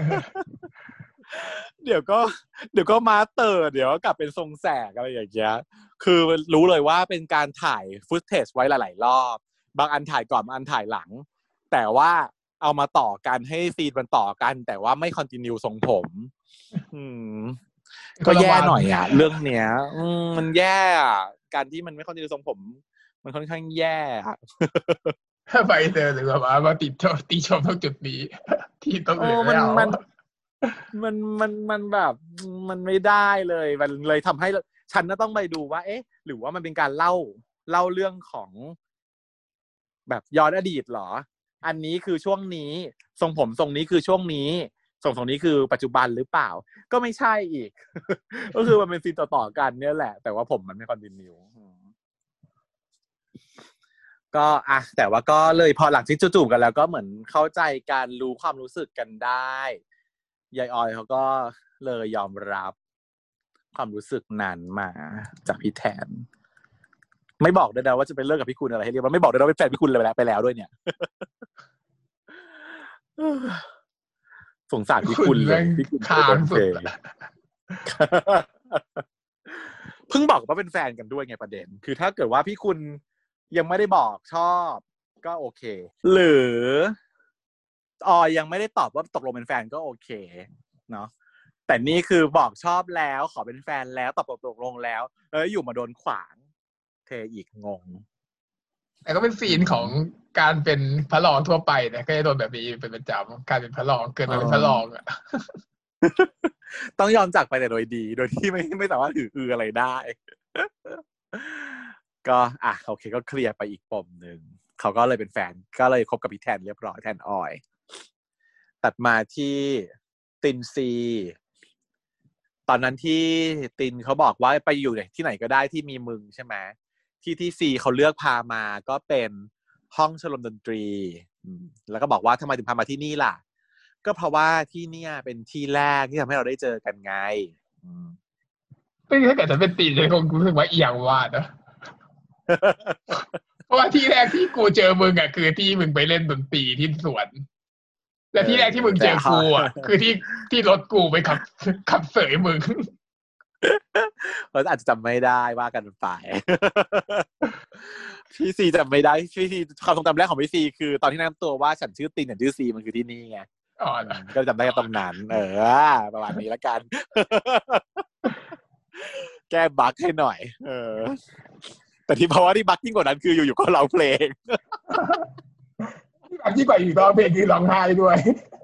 เดี๋ยวก็เดี๋ยวก็มาเตอร์เดี๋ยวก็กลับเป็นทรงแสกอะไรอย่างเงี้ยคือรู้เลยว่าเป็นการถ่ายฟุตเทจไว้หลายๆรอบบางอันถ่ายก่อนบางอันถ่ายหลังแต่ว่าเอามาต่อกันให้ซีนมันต่อกันแต่ว่าไม่คอนติเนียทรงผมอืมก็แย่หน่อยอ่ะเรื่องเนี้ยอืมมันแย่อ่ะการที่มันไม่คอนติเนียทรงผมมันค่อนข้างแย่ถ้าไปเจอหรือว่ามาติดชมตีชมตรงจุดนี้ที่ต้องอื่นไม่เอามันมันมันมันแบบมันไม่ได้เลยมันเลยทำให้ฉันน่ะต้องไปดูว่าเอ๊ะหรือว่ามันเป็นการเล่าเล่าเรื่องของแบบย้อนอดีตหรออันนี้คือช่วงนี้ทรงผมทรงนี้คือช่วงนี้ทรงทรงนี้คือปัจจุบันหรือเปล่าก็ไม่ใช่อีกก็คือมันเป็นซีนต่อๆกันเนี่ยแหละแต่ว่าผมมันไม่คอนติเนียก็อ่ะแต่ว่าก็เลยพอหลังที่จูบกันแล้วก็เหมือนเข้าใจกันรู้ความรู้สึกกันได้ยายออยเขาก็เลยยอมรับความรู้สึกนั้นมาจากพี่แทนไม่บอกด้วยนะว่าจะไปเลิกกับพี่คุณอะไรให้เรียบร้อยไม่บอกด้วยนะว่าเป็นแฟนพี่คุณเลยไปแล้วไปแล้วด้วยเนี่ยสงสารพี่คุณเลยพี่คุณค้างสุดเพิ่งบอกว่าเป็นแฟนกันด้วยไงประเด็นคือถ้าเกิดว่าพี่คุณยังไม่ได้บอกชอบก็โอเคหรือออยยังไม่ได้ตอบว่าตกลงเป็นแฟนก็โอเคเนาะแต่นี่คือบอกชอบแล้วขอเป็นแฟนแล้วตอบตกลงแล้วเอออยู่มาโดนขวางเทอีกงงแต่ก็เป็นซีนของการเป็นพระรองทั่วไปนะก็จะโดนแบบนี้เป็นประจำการเป็นพระรองเกิดมาเป็นพระรองอ่ะต้องยอมจากไปแต่โดยดีโดยที่ไม่ไม่สามารถถืออืออะไรได้ก็อ่ะโอเคก็เคลียร์ไปอีกปมหนึ่งเขาก็เลยเป็นแฟนก็เลยคบกับพี่แทนเรียบร้อยแทนออยตัดมาที่ตินซีตอนนั้นที่ตินเขาบอกว่าไปอยู่ที่ไหนก็ได้ที่มีมึงใช่ไหมที่ที่ซีเขาเลือกพามาก็เป็นห้องชมรมดนตรีแล้วก็บอกว่าทำไมถึงพามาที่นี่ล่ะก็เพราะว่าที่เนี่ยเป็นที่แรกที่ทำให้เราได้เจอกันไงซึ่งถ้าเกิดจะเป็นตีนจะคงรู้สึกว่าเอียงว่านะเพราะว่าที่แรกที่กูเจอมึงอ่ะคือที่มึงไปเล่นดนตรีที่สวนและที่แรกที่มึงเจอกูอ่ะคือที่ที่รถกูไปขับขับเสยมึงเราอาจจะจำไม่ได้ว่ากันไปพี่ซีจำไม่ได้พี่ซีความทรงจำแรกของพี่ซีคือตอนที่แนะนำตัวว่าฉันชื่อตินฉันชื่อซีมันคือที่นี่ไงอ๋อก็จำได้ตรงนั้นเออประมาณนี้ละกันแก้บั๊กให้หน่อยเออแต่ที่เพราะว่าที่บั๊กยิ่งกว่านั้นคืออยู่ๆก็ร้องเพลงที่บั๊กยิ่งกว่าอยู่ร้องเพลงคือร้องไห้ด้วย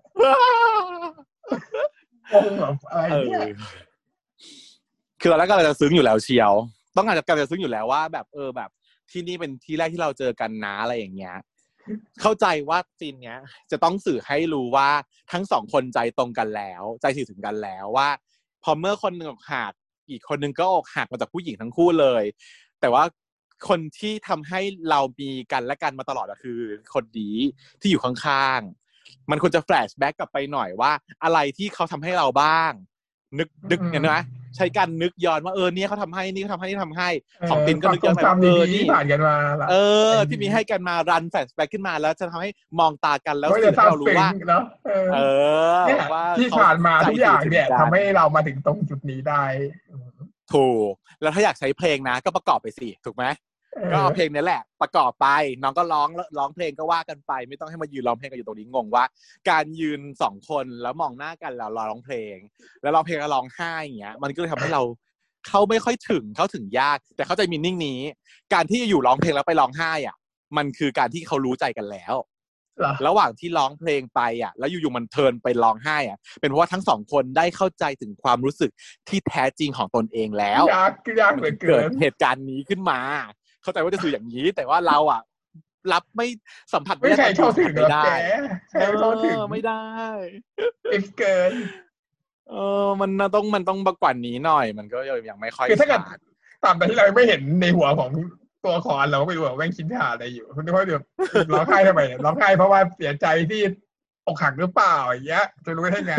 งงแบบอะไรเนี่ยคือเราแล้วก็เราจะซึ้งอยู่แล้วเชียวต้องการจะการจะซึ้งอยู่แล้วว่าแบบเออแบบที่นี่เป็นที่แรกที่เราเจอกันนะอะไรอย่างเงี้ยเข้าใจว่าซีนเนี้ยจะต้องสื่อให้รู้ว่าทั้งสองคนใจตรงกันแล้วใจสื่อถึงกันแล้วว่าพอเมื่อคนหนึ่งอกหักอีกคนนึงก็อกหักมาจากผู้หญิงทั้งคู่เลยแต่ว่าคนที่ทำให้เรามีกันและกันมาตลอดก็คือคนดีที่อยู่ข้างๆมันควรจะแฟลชแบ็กกลับไปหน่อยว่าอะไรที่เขาทำให้เราบ้างนึกนึกเห็นไหมใช้การนึกย้อนว่าเออเนี่ยเขาทำให้นี่เขาทำให้นี่ทำให้ของตินก็นึกย้อนไปว่าเออนี่ผ่านกันมาเออที่มีให้กันมารันแฟลชแบ็กขึ้นมาแล้วจะทำให้มองตากันแล้วสื่อให้เรารู้ว่าเออว่าที่ผ่านมาทุกอย่างเนี่ยทำให้เรามาถึงตรงจุดนี้ได้ถูกแล้วถ้าอยากใช้เพลงนะก็ประกอบไปสิถูกไหมก็เอาเพลงนี้แหละประกอบไปน้องก็ร้องร้องเพลงก็ว่ากันไปไม่ต้องให้มายืนร้องเพลงกันอยู่ตรงนี้งงว่าการยืนสองคนแล้วมองหน้ากันแล้วร้องเพลงแล้วร้องเพลงแล้วร้องไห้อย่างเงี้ยมันก็เลยทำให้เราเข้าไม่ค่อยถึงเข้าถึงยากแต่เข้าใจมีนิ่งนี้การที่อยู่ร้องเพลงแล้วไปร้องไห้อ่ะมันคือการที่เขารู้ใจกันแล้วระหว่างที่ร้องเพลงไปอ่ะแล้วอยู่ๆมันเทิร์นไปร้องไห้อ่ะเป็นเพราะว่าทั้งสองคนได้เข้าใจถึงความรู้สึกที่แท้จริงของตนเองแล้วยากยากเหลือเกิดเหตุการณ์นี้ขึ้นมาเข้าใจว่าจะสื่ออย่างนี้แต่ว่าเราอ่ะรับไม่สัมผัสไม่ใช่เข้าถึงไม่ได้เข้าถึงไม่ได้เอ็กเกินเออมันต้องมันต้องประกว่านี้หน่อยมันก็ยังไม่ค่อยคือถ้าเกิดตามแต่ที่เราไม่เห็นในหัวของตัวละครเราก็ไม่รู้ว่าแม่งคิดหาอะไรอยู่คุณนึกว่าแบบร้องไห้ทำไมร้องไห้เพราะว่าเสียใจที่อกหักหรือเปล่าอย่างเงี้ยจะรู้ได้ไง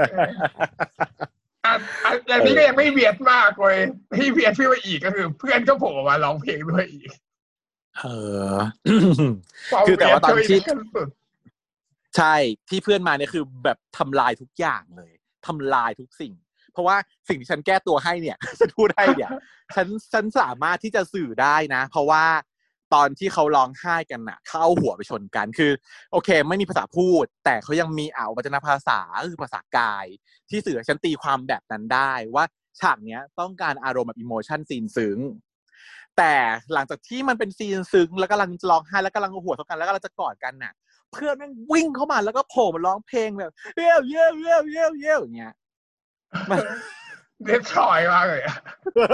อ่ะอันนี้ก็ยังไม่เวียดมากเลยที่เวียดพี่ว่าอีกก็คือเพื่อนก็โผล่มาร้องเพลงด้วยอีกเออคือแต่ว่าตอนที่ใช่ที่เพื่อนมาเนี่ยคือแบบทำลายทุกอย่างเลยทำลายทุกสิ่งเพราะว่าสิ่งที่ฉันแก้ตัวให้เนี่ยฉันพูดให้เนี่ยฉันฉันสามารถที่จะสื่อได้นะเพราะว่าตอนที่เขาร้องไห้กันน่ะเขาเอาหัวไปชนกันคือโอเคไม่มีภาษาพูดแต่เขายังมีอ่าววัจนภาษาคือภาษากายที่สื่อฉันตีความแบบนั้นได้ว่าฉากเนี้ยต้องการอารมณ์แบบอิโมชันซีนซึ้งแต่หลังจากที่มันเป็นซีนซึ้งแล้วกำลังร้องไห้แล้วกำลังหัวเท่ากันแล้วกำลังจะกอดกันน่ะเพื่อนแม่งวิ่งเข้ามาแล้วก็โผล่มาร้องเพลงแบบเย้เย้เย้เย้เย้อย่างเงี้ยมันเรียบร้อยมากเลยอะ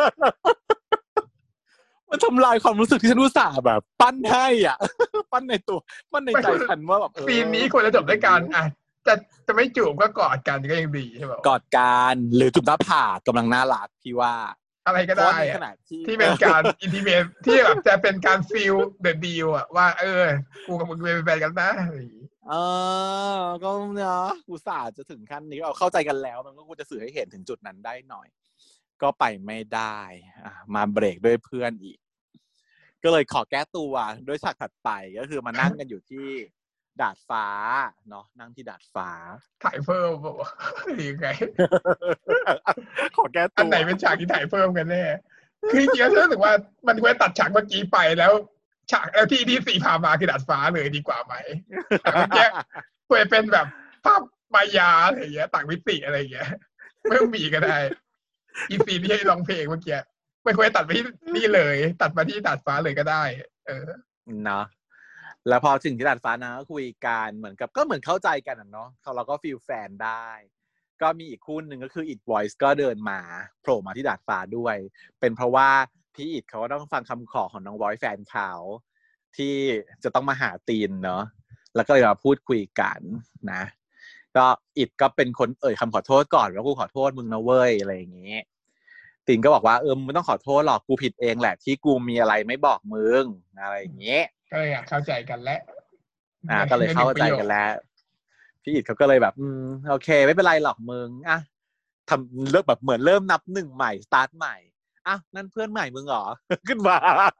มันทำลายความรู้สึกที่ฉันอุตส่าห์แบบปั้นให้อ่ะปั้นในตัวปั้นในใจฉันว่าแบบซีนนี้ควรจะจบด้วยการอ่ะจะจะไม่จูบก็กอดกันก็ยังดีใช่ไหมกอดกันหรือจูบหน้าผากกำลังน่ารักพี่ว่าอะไรก็ได้ที่เป็นการอินทิเมทที่แบบจะเป็นการฟีลเดอะดีลอ่ะว่าเออกูกับมึงเป็นแฟนกันนะเออก็เนาะอุตส่าห์จะถึงขั้นนี้เอาเข้าใจกันแล้วมันก็ควรจะสื่อให้เห็นถึงจุดนั้นได้หน่อยก็ไปไม่ได้อ่ะมาเบรกด้วยเพื่อนอีกก็เลยขอแก้ตัวด้วยฉากถัดไปก็คือมานั่งกันอยู่ที่ดาดฟ้าเนาะนั่งที่ดาดฟ้าถ่ายเพิ่มบอกว่าหรือไงขอแก้ตัวอันไหนเป็นฉากที่ถ่ายเพิ่มกันแน่คือจริงๆรู้สึกว่ามันควรตัดฉากเมื่อกี้ไปแล้วฉากแล้วที่ที่สี่พามาคือดาดฟ้าเลยดีกว่าไหมแต่เมื่อกี้ควรเป็นแบบภาพมายาอะไรอย่างเงี้ยต่างมิติอะไรอย่างเงี้ยไม่ต้องมีก็ได้อีซีที่ให้ร้องเพลงเมื่อกี้ไม่ควรตัดไปที่นี่เลยตัดมาที่ดาดฟ้าเลยก็ได้เออเนาะแล้วพอถึงที่ดาดฟ้านะก็คุยกันเหมือนกับก็เหมือนเข้าใจกันอ่ะเนาะเราก็ฟีลแฟนได้ก็มีอีกคู่หนึ่งก็คือ It Voice ก็เดินมาโผล่มาที่ดาดฟ้าด้วยเป็นเพราะว่าพี่อิดเขาก็ต้องฟังคำขอของน้อง Voice แฟนเขาที่จะต้องมาหาตีนเนาะแล้วก็เลยมาพูดคุยกันนะก็อิดก็เป็นคนเอ่ยคำขอโทษก่อนว่ากูขอโทษมึงนะเว้ยอะไรอย่างเงี้ยตีนก็บอกว่าเออมึงไม่ต้องขอโทษหรอกกูผิดเองแหละที่กูมีอะไรไม่บอกมึงอะไรอย่างเงี้ยก็เลยเข้าใจกันแล้วอ่าก็เลยเข้าใจกันแล้วพี่อิดเขาก็เลยแบบอืมโอเคไม่เป็นไรหรอกมึงอ่ะทำเริ่มแบบเหมือนเริ่มนับหนึ่งใหม่สตาร์ทใหม่อ่ะนั่นเพื่อนใหม่มึงเหรอ ขึ้นมา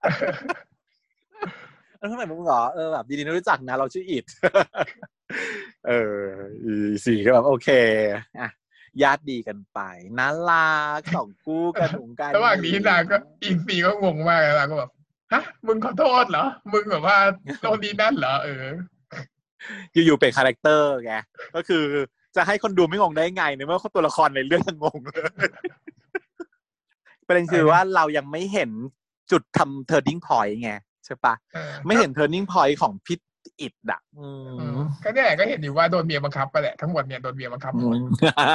นั่นเพื่อนใหม่มึงเหรอเออแบบดีๆนะรู้จักนะเราชื่ออิด เออสี่ก็แบบโอเคอ่ะญาติดีกันไปน่ารักสองกู้กันหนุ่มกันระหว่างนี้นางก็อีซีก็งงมากนางก็แบบฮะมึงขอโทษเหรอมึงแบบว่าโดนดีนั่นเหรอเอออยู่ๆเป็นคาแรคเตอร์ไงก็คือจะให้คนดูไม่งงได้ไงในเมื่อตัวละครในเรื่องยังงงเลยประเด็นคือว่าเรายังไม่เห็นจุดทำ turning point ไงใช่ปะไม่เห็น turning point ของพิษอิดอ่ะก็เนี่ยก็เห็นอยู่ว่าโดนเมียบังคับไปแหละทั้งหมดเนี่ยโดนเมียบังคับหมด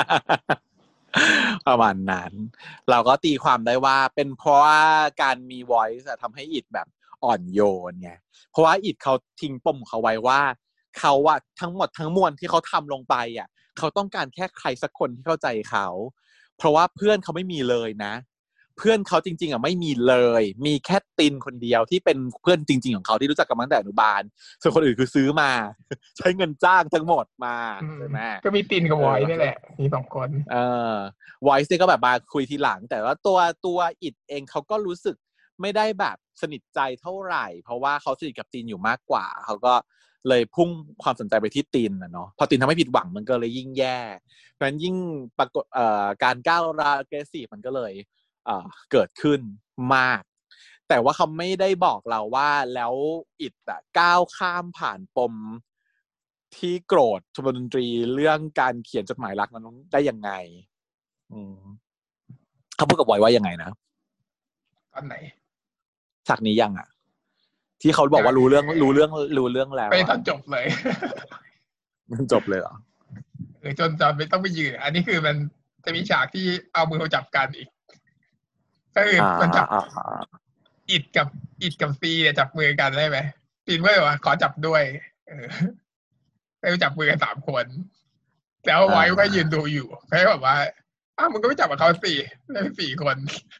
ประมาณนั้นเราก็ตีความได้ว่าเป็นเพราะว่าการมี voice ทำให้อิดแบบอ่อนโยนไงเพราะว่าอิดเขาทิ้งปมเขาไว้ว่าเขาอะทั้งหมดทั้งมวลที่เขาทำลงไปอ่ะเขาต้องการแค่ใครสักคนที่เข้าใจเขาเพราะว่าเพื่อนเขาไม่มีเลยนะเพื่อนเขาจริงๆอ่ะไม่มีเลยมีแค่ตินคนเดียวที่เป็นเพื่อนจริงๆของเขาที่รู้จักกันมาตั้งแต่อนุบาลส่วนคนอื่นคือซื้อมาใช้เงินจ้างทั้งหมดมาใช่ไหมก็มีตินกับไวท์นี่แหละมีสองคนเออไวท์เนี่ยก็แบบมาคุยทีหลังแต่ว่าตัวตัวอิดเองเขาก็รู้สึกไม่ได้แบบสนิทใจเท่าไหร่เพราะว่าเขาสนิทกับตินอยู่มากกว่าเขาก็เลยพุ่งความสนใจไปที่ตินนะเนาะพอตินทำให้ผิดหวังมันก็เลยยิ่งแย่เพราะฉะนั้นยิ่งปรากฏเอ่อการก้าวร้าว aggressive มันก็เลยเอ่อเกิดขึ้นมากแต่ว่าเขาไม่ได้บอกเราว่าแล้วอิดอะก้าวข้ามผ่านปมที่โกรธชมรมดนตรีเรื่องการเขียนจดหมายรักนั้นได้ยังไงอืมเขาพูดกับไวว่ายังไงนะตอนไหนฉากนี้ยังอ่ะที่เขาบอกว่ารู้เรื่องรู้เรื่องรู้เรื่องแล้วไปตอนจบเลยมันจบเลยเหรอเออจนจนไม่ต้องไปยืนอันนี้คือมันจะมีฉากที่เอามือมาจับกันอีกก็คือมันจับอิดกับอิดกับซีเนี่ยจับมือกันได้ไหมซีนเมื่อว่าขอจับด้วยเออไปจับมือกันสามคนแล้วไว้ก็ยืนดูอยู่เขาแบบว่าอ้าวมึงก็ไม่จับกับเขาสี่ได้สี่คน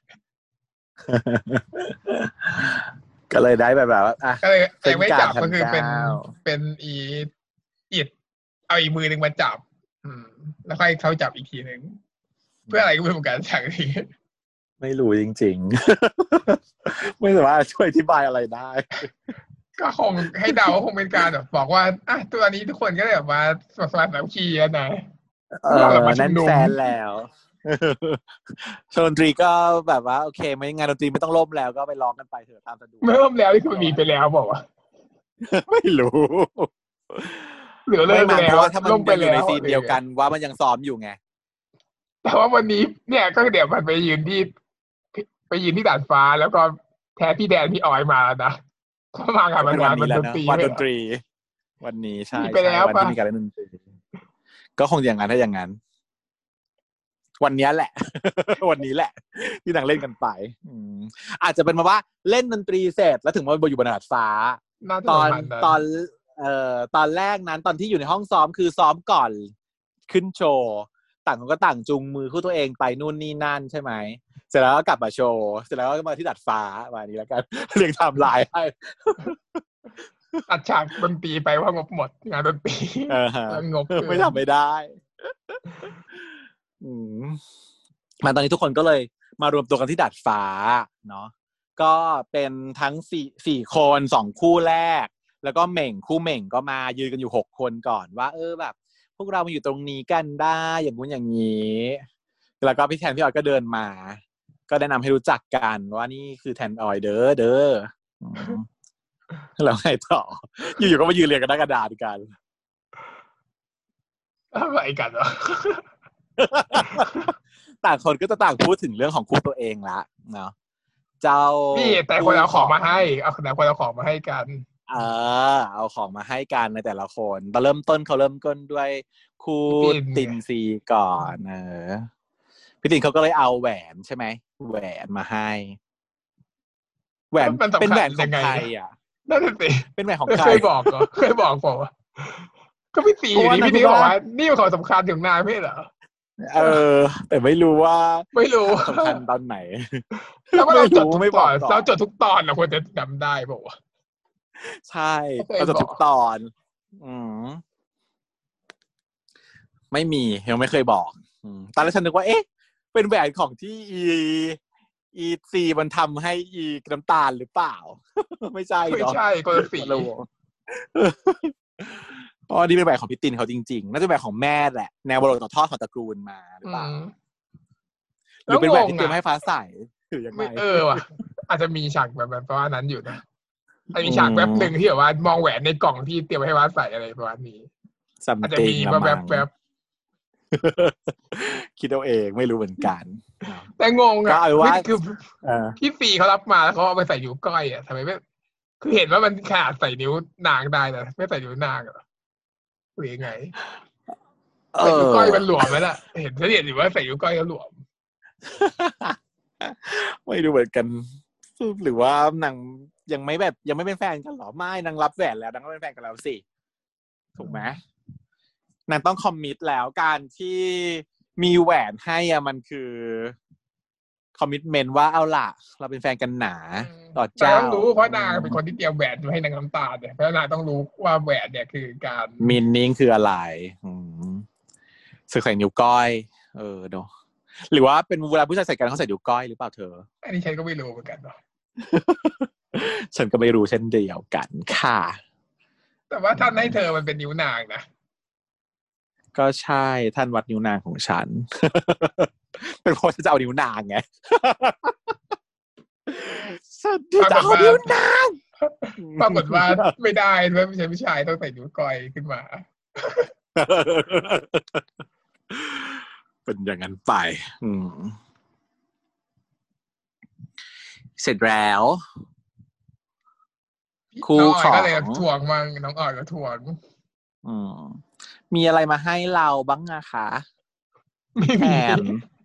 ก็เลยได้แบบว่าอ่ะก็เลยแต่ไม่จับก็คือเป็นเป็นอีอิดเอาอีกมือหนึ่งมาจับอืมแล้วค่อยเขาจับอีกทีหนึ่งเพื่ออะไรก็ไม่รู้กันฉากนี้ไม่รู้จริงๆไม่สามารถช่วยอธิบายอะไรได้ก็คงให้เดาคงเป็นการแบบบอกว่าอ่ะตัวนี้ทุกคนก็เลยแบบมาสมัครสมาชิกคีแล้วนะเออนั่นแฟนแล้วชนดนตรีก็แบบว่าโอเคไม่งานดนตรีไม่ต้องล่มแล้วก็ไปร้องกันไปเถอะตามสะดวกไม่ล่มแล้วนี่คือมีไปแล้วบอกว่าไม่รู้เหลือเลยไปแล้วเพราะว่าถ้ามันอยู่ในซีนเดียวกันว่ามันยังซ้อมอยู่ไงแต่ว่าวันนี้เนี่ยก็เดี๋ยวมันไปยืนที่ไปยืนที่ดาดฟ้าแล้วก็แทนพี่แดนพี่ออยมาแล้วนะเขามางานวันวันนี้แล้วนะวันดนตรีวันนี้ใช่ใช่วันที่มีการเล่นดนตรีก็คงอย่างนั้นถ้าอย่างนั้นวันนี้แหละวันนี้แหละที่นางเล่นกันไปอาจจะเป็นมาว่าเล่นดนตรีเสร็จแล้วถึงมาอยู่บนดาดฟ้าตอนตอนเอ่อตอนแรกนั้นตอนที่อยู่ในห้องซ้อมคือซ้อมก่อนขึ้นโชว์ต่างคนก็ต่างจูงมือคู่ตัวเองไปนู่นนี่นั่นใช่ไหมเสร็จแล้วก็กลับมาโชว์เสร็จแล้วก็มาที่ดาดฟ้ามานี้แล้วกันเรียงไทม์ไลน์ให้ตัดฉากดนตรีไปว่างบหมดงานดนตรีงบไม่ทำไม่ได้อืมมาตอนนี้ทุกคนก็เลยมารวมตัวกันที่ดาดฟ้าเนาะก็เป็นทั้งสี่สี่คนสองคู่แรกแล้วก็เหม่งคู่เหม่งก็มายืนกันอยู่หกคนก่อนว่าเออแบบพวกเรามาอยู่ตรงนี้กันได้อย่างงู้นอย่างนี้แล้วก็พี่แทนพี่ออยก็เดินมาก็แนะนำให้รู้จักกันว่านี่คือแทนออยเด้อเด้อแล้วไงต่ออยู่ๆก็มายืนเรียงกันหน้ากระดานกันอะไรกันวะต่างคนก็จะต่างพูดถึงเรื่องของคู่ตัวเองละเนาะเจ้านี่แต่คนเอาของมาให้เอาแต่คนเอาของมาให้กันเออเอาของมาให้กันในแต่ละคนตอนเริ่มต้นเขาเริ่มต้นด้วยคู่ตินซีก่อนเออพี่ตินเขาก็เลยเอาแหวนใช่ไหมแหวนมาให้แหวนเป็นแหวนของใครอ่ะนั่นสิเป็นแหวนของใครเคยบอกเหรอเคยบอกผมว่าก็พี่ตีอยู่นี่พี่ตีบอกว่านี่เป็นของสำคัญถึงนายไม่เหรอเออแต่ไม่รู้ว่าไม่รู้สำคัญตอนไหนแล้วเราจดทุกตอนเราจดทุกตอนเราควรจะจำได้บอกว่าใช่เราจดทุกตอนอืมไม่มียังไม่เคยบอกตอนแรกฉันนึกว่าเอ๊ะเป็นแหวนของที่อีอีซีมันทำให้อีน้ำตาลหรือเปล่าไม่ใช่ไม่ใช่คนละสีอ๋อนี่เป็นแหวนของพี่ตินเขาจริงๆน่าจะเป็นแหวนของแม่แหละแนวบรดกทอดของตระกูลมาหรือเปล่าหรือเป็นแหวนที่เตรียมให้ฟ้าใสหรือยังไงเออว่ะอาจจะมีฉากแบบแบบประมาณนั้นอยู่นะมีฉากแบบหนึ่งที่แบบว่ามองแหวนในกล่องที่เตรียมให้ฟ้าใสอะไรประมาณนี้อาจจะมีมาแบบแบบคิดเอาเองไม่รู้เหมือนกันแต่งงอ่ะคือพี่ฟีเขารับมาแล้วเขาเอาไปใส่นิ้วก้อยอ่ะทำไมไม่คือเห็นว่ามันขาดใส่นิ้วนางได้แต่ไม่ใส่นิ้วนางหรอหรือยังไงใส่นิ้วก้อยมันหลวมไหมล่ะเห็นเห็นอยู่ว่าใส่นิ้วก้อยก็หลวมไม่รู้เหมือนกันหรือว่านางยังไม่แบบยังไม่เป็นแฟนกันหรอไม่นางรับแหวนแล้วนางก็เป็นแฟนกันแล้วสิถูกไหมนางต้องคอมมิตแล้วการที่มีแหวนให้อ่ะมันคือคอมมิตเมนต์ว่าเอาล่ะเราเป็นแฟนกันหนาต่อเจ้าต้องรู้เพราะนางเป็นคนที่เตรียมแหวนให้นางน้ำตาเนี่ยเพราะนางต้องรู้ว่าแหวนเนี่ยคือการมินนิ่งคืออะไรสึกใส่นิ้วก้อยเออเนาะหรือว่าเป็นเวลาผู้ชายใส่กันเขาใส่นิ้วก้อยหรือเปล่าเธออันนี้ฉันก็ไม่รู้เหมือนกันเนาะฉันก็ไม่รู้เช่นเดียวกันค่ะแต่ว่าท่านให้เธอมันเป็นนิ้วนางนะก็ใช่ท่านวัดนิ้วนางของฉันเป็นเพราะฉันจะเอานิ้วนางไงฉันจะเอานิ้วนางปรากฏว่าไม่ได้ไม่ใช่ผู้ชายต้องใส่นิ้วก้อยขึ้นมาเป็นอย่างนั้นไปอืมเสร็จแล้วคู่ของก็เลยทวงมั่งน้องอ่อยก็ทวงอืมมีอะไรมาให้เราบ้างนะคะแทน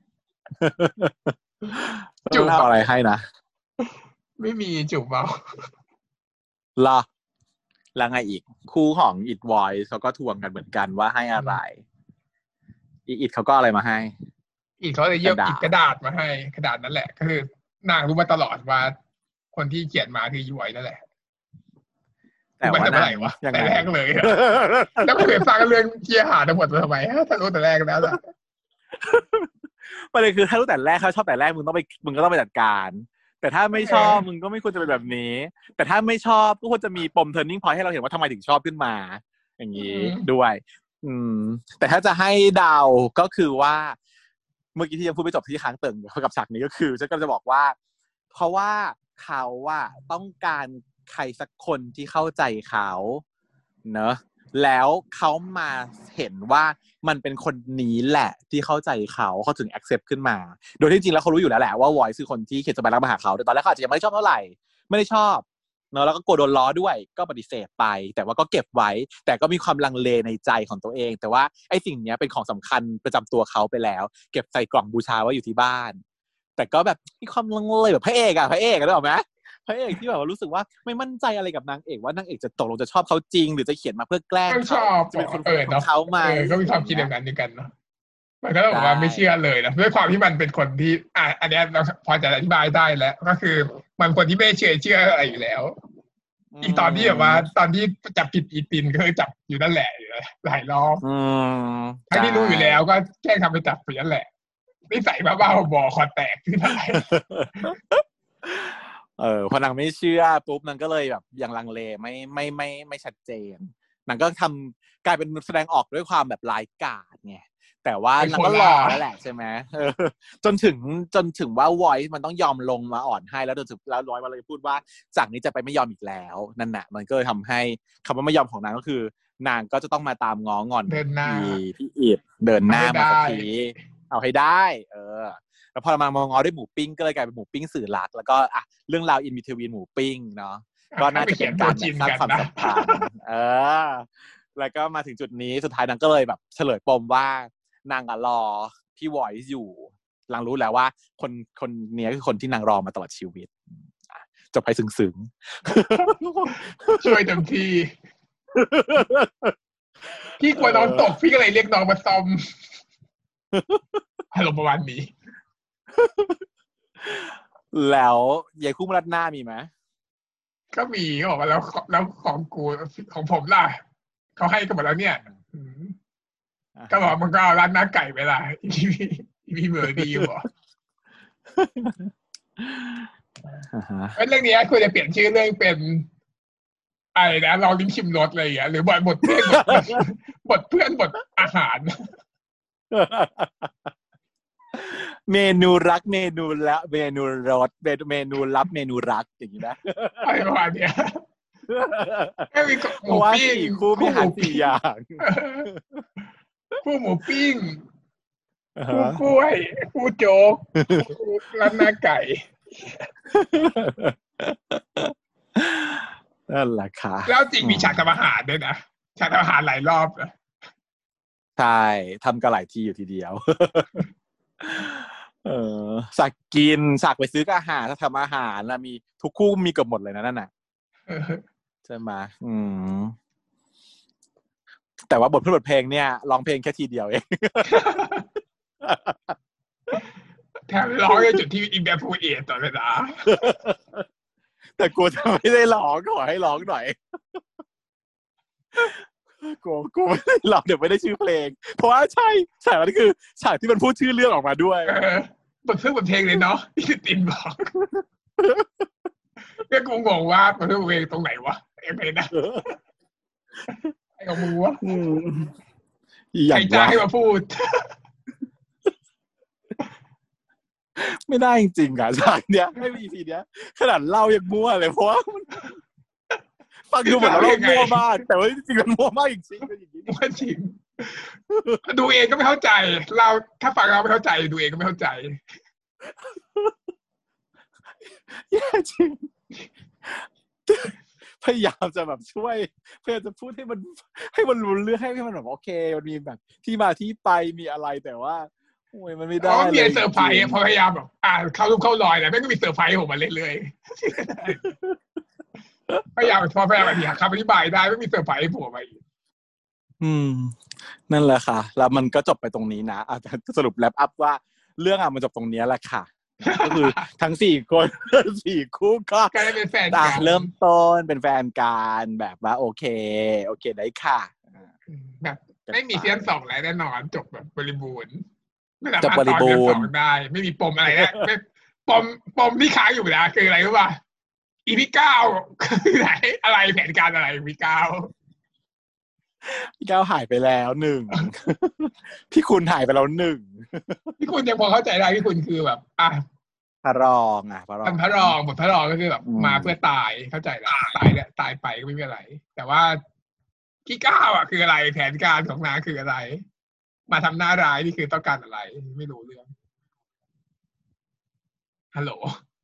จุ๊บอะไรให้นะไม่มีจุ๊บเอาหรอแล้วไงอีกคู่ของ It Voice เขาก็ทวงกันเหมือนกันว่าให้อะไรอีอิดเขาก็อะไรมาให้อีดเขาเลยเยกอิดกระดาษมาให้กระดาษนั่นแหละก็คือนางรู้มาตลอดว่าคนที่เขียนมาคือยูไวนั่นแหละแต่ว่าอะไรวะแต่แรกเลยแล้วก็เห็นฟังเรื่องเกียร์หาทั้งหมดทำไมถ้ารู้แต่แรกแล้วล่ะประเด็นคือถ้ารู้แต่แรกเขาชอบแต่แรกมึงต้องไปมึงก็ต้องไปจัดการแต่ถ้าไม่ชอบมึงก็ไม่ควรจะเป็นแบบนี้แต่ถ้าไม่ชอบก็ควรจะมีปม turning point ให้เราเห็นว่าทำไมถึงชอบขึ้นมาอย่างนี้ด้วยอืมแต่ถ้าจะให้เดาก็คือว่าเมื่อกี้ที่ยังพูดไม่จบที่ค้างเติ่งกับฉากนี้ก็คือฉันก็จะบอกว่าเพราะว่าเขาว่าต้องการใครสักคนที่เข้าใจเขาเนอะแล้วเขามาเห็นว่ามันเป็นคนนี้แหละที่เข้าใจเขาเขาถึง accept ขึ้นมาโดยที่จริงแล้วเขารู้อยู่แล้วแหละว่า Voice คือคนที่เขียนจดหมายรักมาหาเขาแต่ตอนแรกเขาอาจจะยังไม่ชอบเท่าไหร่ไม่ได้ชอบเนอะแล้วก็กลัวโดนล้อด้วยก็ปฏิเสธไปแต่ว่าก็เก็บไว้แต่ก็มีความลังเลในใจของตัวเองแต่ว่าไอ้สิ่งนี้เป็นของสำคัญประจำตัวเขาไปแล้วเก็บใส่กล่องบูชาไว้อยู่ที่บ้านแต่ก็แบบมีความลังเลแบบพระเอกอะพระเอกได้หรอไหมพระเอกที่แบบว่ารู้สึกว่าไม่มั่นใจอะไรกับนางเอกว่านางเอกจะตกลงจะชอบเขาจริงหรือจะเขียนมาเพื่อแกล้งเขาจะเป็นคนของเขามาก็มีความคิดอย่างนั้นด้วยกันเนาะมันก็ต้องบอกว่าไม่เชื่อเลยนะด้วยความที่มันเป็นคนที่อ่ะอันนี้เราพอจะอธิบายได้แล้วก็คือมันคนที่ไม่เชื่อเชื่ออะไรอยู่แล้วอีตอนที่แบบว่าตอนที่จับผิดอีตินก็คือจับอยู่นั่นแหละหลายรอบทั้งที่รู้อยู่แล้วก็แค่ทำไปจับเสียแหละนิสัยบ้าๆบอคอแตกที่ไหนเออพอนางไม่เชื่อปุ๊บนางก็เลยแบบยังลังเลไม่ไม่ไม่ไม่ชัดเจนนางก็ทำกลายเป็นแสดงออกด้วยความแบบร้ายกาจไงแต่ว่านางก็รอแล้วแหละใช่ไหมจนถึงจนถึงว่า voice มันต้องยอมลงมาอ่อนให้แล้วจนถึงแล้วร้อยมาเลยพูดว่าจากนี้จะไปไม่ยอมอีกแล้วนั่นแหละมันก็เลยทำให้คำว่าไม่ยอมของนางก็คือนางก็จะต้องมาตามง้องอนพี่พี่อิฐเดินหน้ามาสักทีเอาให้ได้เออแล้วพอมามองอด้วยหมูปิ้งก็เลยกลายเป็นหมูปิ้งสื่อรักแล้วก็อ่ะเรื่องราวอินบิทวีนหมูปิ้งเนาะก็น่าจะเป็นการสร้างความสัมพันธ์เออแล้วก็มาถึงจุดนี้สุดท้ายนางก็เลยแบบเฉลยปมว่านางอะรอพี่วอยซ์อยู่นางรู้แล้วว่าคนคนนี้คือคนที่นางรอมาตลอดชีวิตจบไปซึ้งๆช่วยเต็มที่พี่กลัวน้องตกพี่ก็เลยเรียกน้องมาซ่อมอารมณ์ประมาณนี้แล้วยายคู่รัดหน้ามีไหมก็มีเขาบอกว่าแล้วแล้วของกูของผมล่ะเขาให้กันหมดแล้วเนี่ยก็บอกมันก็เอาร้านหน้าไก่ไปละพี่พี่เบอร์ดีบอกเรื่องนี้ควรจะเปลี่ยนชื่อเรื่องเป็นอะไรนะเราลิ้มชิมรสอะไรอย่างเงี้ยหรือบทบทเพื่อนบทเพื่อนบทอาหารเมนูรักเมนูละเมนูรสเมนูลับเมนูรักอย่างนี้นะอะไรประมาณเนี้ยไม่มีหมูปิ้งคู่มีอาหารสี่อย่างคู่หมูปิ้งคู่กล้วยคู่โจ๊กคู่ร้านหน้าไก่นั่นแหละค่ะแล้วจริงมีฉากทำอาหารด้วยนะฉากทำอาหารหลายรอบนะใช่ทำกันหลายทีอยู่ทีเดียวเออสักกินสักไปซื้ออาหารถ้าทำอาหารแล้วมีทุกคู่มีเกือบหมดเลยนะนั่นน่ะใช่ไหมอืมแต่ว่าบทเพลงบทเพลงเนี่ยร้องเพลงแค่ทีเดียวเองแถมร้องในจุดที่อินแบบฟูเอตต่อเวลาแต่กูจะไม่ได้ร้องขอให้ร้องหน่อยกูกูไม่ได้ร้องเดี๋ยวไม่ได้ชื่อเพลงเพราะว่าใช่ฉากนั้นคือฉากที่มันพูดชื่อเรื่องออกมาด้วยบทเพลงบทเพลงเลยเนาะที่ตินบอกก็กูงงว่าบทเพลงบทเพลงตรงไหนวะยังไงนะไอ้ของมึงวะใครจ้างให้มาพูดไม่ได้จริงๆอ่ะฉากเนี้ยให้ อี พี เนี้ยขนาดเล่ายังมั่วเลยเพราะว่าฟังดูเหมือนเราเล่ามั่วมากแต่ว่าจริงๆมันมั่วมากจริงๆเป็นอย่างนี้มั่วจริงดูเองก็ไม่เข้าใจเราถ้าฟังเราไม่เข้าใจดูเองก็ไม่เข้าใจแย่จริงพยายามจะแบบช่วยพยายามจะพูดให้มันให้มันรู้เรื่องให้ให้มันแบบโอเคมันมีแบบที่มาที่ไปมีอะไรแต่ว่าโอ้ยมันไม่ได้เลยมีเซอร์ไพรส์พยายามแบบอ่าเข้ารูปเข้ารอยแต่ไม่ก็มีเซอร์ไพรส์ผมมาเรื่อยๆพยายามพอพยายามอธิบายคำอธิบายได้ไม่มีเซอร์ไพรส์ผมมาอีกอืมนั่นแหละค่ะแล้วมันก็จบไปตรงนี้นะอาจจะสรุปแรปอัพว่าเรื่องอ่ะมันจบตรงนี้แหละค่ะก็คือทั้งสี่คนสี่คู่ก็กลายเป็นแฟนกันเริ่มต้นเป็นแฟนกันแบบว่าโอเคโอเคได้ค่ะแบบไม่มีซีซั่นสองแล้วแน่นอนจบแบบบริบูรณ์ไม่สามารถต่อซีซั่นสองได้ไม่มีปมอะไรแล้วไม่ปมปมที่ค้างอยู่แล้วคืออะไรรู้ป่ะอีพีเก้าคือไหนอะไรแผนการอะไรอีพีเก้าพี่ก้าวหายไปแล้วหนึ่งพี่คุณหายไปแล้วหนึ่งพี่คุณยังพอเข้าใจได้พี่คุณคือแบบอ่ะพระรองอ่ะพระรองพระรองบทพระรองก็คือแบบมาเพื่อตายเข้าใจแล้วตายแล้วตายไปก็ไม่มีอะไรแต่ว่าพี่ก้าวอ่ะคืออะไรแผนการของนางคืออะไรมาทำหน้าร้ายนี่คือต้องการอะไรไม่รู้เรื่องฮัลโหล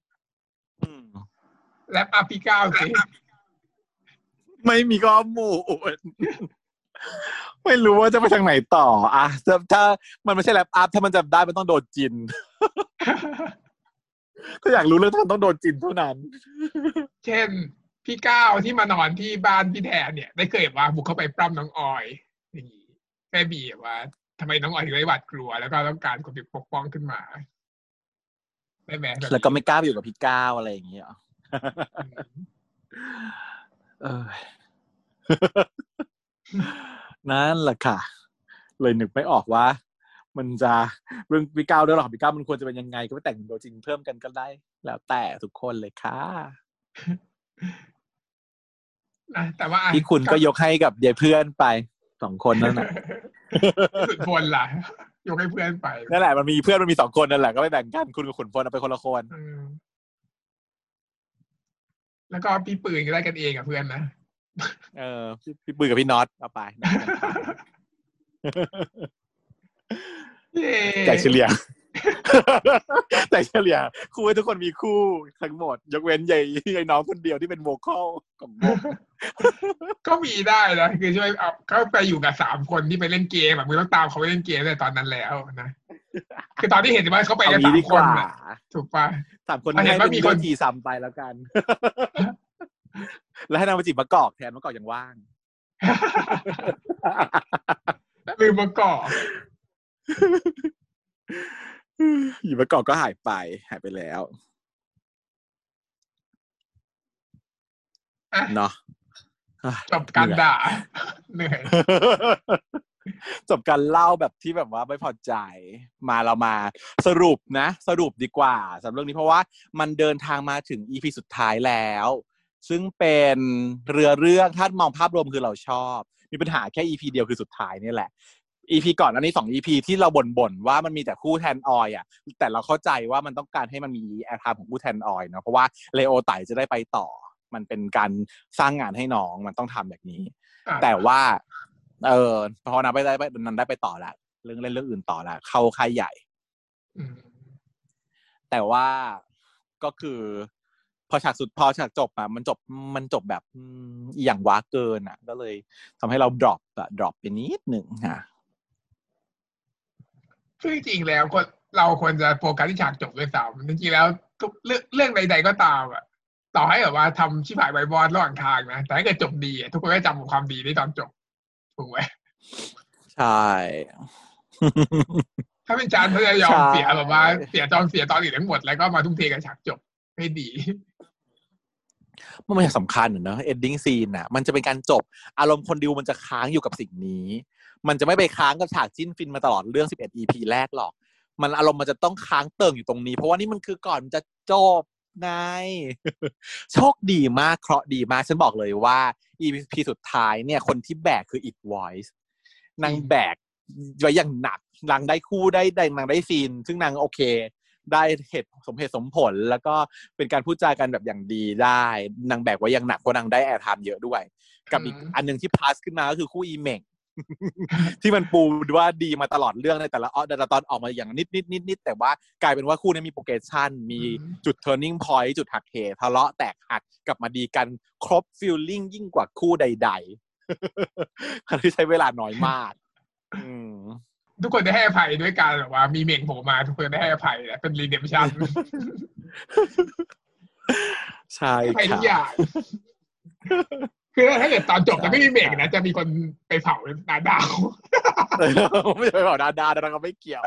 แรปอัพพี่ก้าวสิไม่มีข้อมูลไม่รู้ว่าจะไปทางไหนต่ออ่ะถ้ามันไม่ใช่แรปอัพถ้ามันจะได้มันต้องโดนจินถ้าอยากรู้เรื่องมันต้องโดนจินเท่านั้นเช่นพี่ก้าวที่มานอนที่บ้านพี่แทนเนี่ยได้เคยว่าบุกเข้าไปปล้ำน้องออยอย่างนี้แม่บีว่าทำไมน้องออยถึงได้หวาดกลัวแล้วก็ต้องการคนที่ปกป้องขึ้นมาได้ไหมแล้วก็ไม่กล้าอยู่กับพี่ก้าวอะไรอย่างเงี้ยเออนั่นแหละค่ะเลยนึกไม่ออกว่ามันจะเรื่องพี่ก้าวเรื่องหรอกพี่ก้าวมันควรจะเป็นยังไงก็ไปแต่งตัวจริงเพิ่มกันก็ได้แล้วแต่ทุกคนเลยค่ะแต่ว่าที่คุณก็ยกให้กับเดี๋ยวเพื่อนไปสองคนนั่นแหละขุนพลล่ะยกให้เพื่อนไปนั่นแหละมันมีเพื่อนมันมีสองคนนั่นแหละก็ไปแบ่งกันคุณกับขุนพลเอาไปคนละคนแล้วก็พี่ปืนก็ได้กันเองกับเพื่อนนะเออพี่ปืนกับพี่น็อตเอาไปใจเฉลี่ยใจเฉลี่ยคู่ให้ทุกคนมีคู่ทั้งหมดยกเว้นใหญ่ใหญ่น้องคนเดียวที่เป็นโวคอลของวงก็มีได้นะคือช่วยเอาเขาไปอยู่กับสามคนที่ไปเล่นเกมแบบมึงต้องตามเขาไปเล่นเกมในตอนนั้นแล้วนะคือตอนที่เห็นว่าเขาไปกันสามคนถูกป่ะสามคนเห็นว่ามีคนจีซ้ำไปแล้วกันแล้วให้นางมาจีบมะกอกแทนมะกอกยังว่างลืมมะกอกอยู่มะกอกก็หายไปหายไปแล้วเนาะจบการด่าเหนื่อยจบการเล่าแบบที่แบบว่าไม่พอใจมาเรามาสรุปนะสรุปดีกว่าสำหรับเรื่องนี้เพราะว่ามันเดินทางมาถึง อี พี สุดท้ายแล้วซึ่งเป็นเรือเรื่องถ้ามองภาพรวมคือเราชอบมีปัญหาแค่ อี พี เดียวคือสุดท้ายนี่แหละ อี พี ก่อนอันนี้สอง อี พี ที่เราบ่นๆว่ามันมีแต่คู่แทนออยอ่ะแต่เราเข้าใจว่ามันต้องการให้มันมีแอร์ไทม์ของคู่แทนออยเนาะเพราะว่าเลโอไตจะได้ไปต่อมันเป็นการสร้างงานให้น้องมันต้องทำแบบนี้แต่ว่าเออพอนับไปได้นั้นได้ไปต่อละเรื่องเล่นเรื่องอื่นต่อละเข้าค่ายใหญ่แต่ว่าก็คือพอฉากสุดพอฉากจบอ่ะมันจบมันจบแบบอย่างว้าเกินอ่ะก็เลยทำให้เราดรอปอ่ะดรอปไปนิดหนึ่งฮะซึ่งจริงแล้วคนเราควรจะโฟกัสที่ฉากจบด้วยซ้ำจริงๆแล้วทุกเรื่องเรื่องใดๆก็ตามอ่ะต่อให้แบบว่าทำชิบหายไวบอสระหว่างทางนะแต่ถ้าเกิดจบดีทุกคนก็จำความดีได้ตอนจบถูกไหมใช่ถ้าเป็นจานเขาจะยอมเสียแบบว่าเสียจอมเสียตอนอื่นทั้งหมดแล้วก็มาทุ่มเทกับฉากจบให้ดีมันเป็นสำคัญเนอะ ending scene น่ะมันจะเป็นการจบอารมณ์คนดูมันจะค้างอยู่กับสิ่งนี้มันจะไม่ไปค้างกับฉากจิ้นฟินมาตลอดเรื่องสิบเอ็ด อี พี แรกหรอกมันอารมณ์มันจะต้องค้างเติ่งอยู่ตรงนี้เพราะว่านี่มันคือก่อนจะจบไงโชคดีมากเคราะห์ดีมากฉันบอกเลยว่า อี พี สุดท้ายเนี่ยคนที่แบกคือ It Voice นางแบกไว้อย่างหนักนางได้คู่ได้ได้นางได้ซีนซึ่งนางโอเคได้เหตุสมเหตุสมผลแล้วก็เป็นการพูดจากันแบบอย่างดีได้นางแบกไว้อย่างหนักเพราะนางได้แอร์ไทม์เยอะด้วยกับอีกอันนึงที่พาสขึ้นมาก็คือคู่อีเม่งที่มันปูว่าดีมาตลอดเรื่องในแต่ละแต่ละตอนออกมาอย่างนิดนิดนิดนิดแต่ว่ากลายเป็นว่าคู่นี้มีโปรเกรสชั่นมีจุด turning point จุดหักเหทะเลาะแตกหักกลับมาดีกันครบฟีลลิ่งยิ่งกว่าคู่ใดๆคันที่ใช้เวลาน้อยมากทุกคนได้ให้อภัยด้วยการแบบว่ามีเม่งโผล่มาทุกคนได้ให้อภัยเป็นรีเดมชั่นใช่ค่ะทุกอย่างคือถ้าเกิดตอนจบจะไม่มีเม่งนะจะมีคนไปเผานาดาวไม่ไปเผานาดาวแต่ก็ไม่เกี่ยว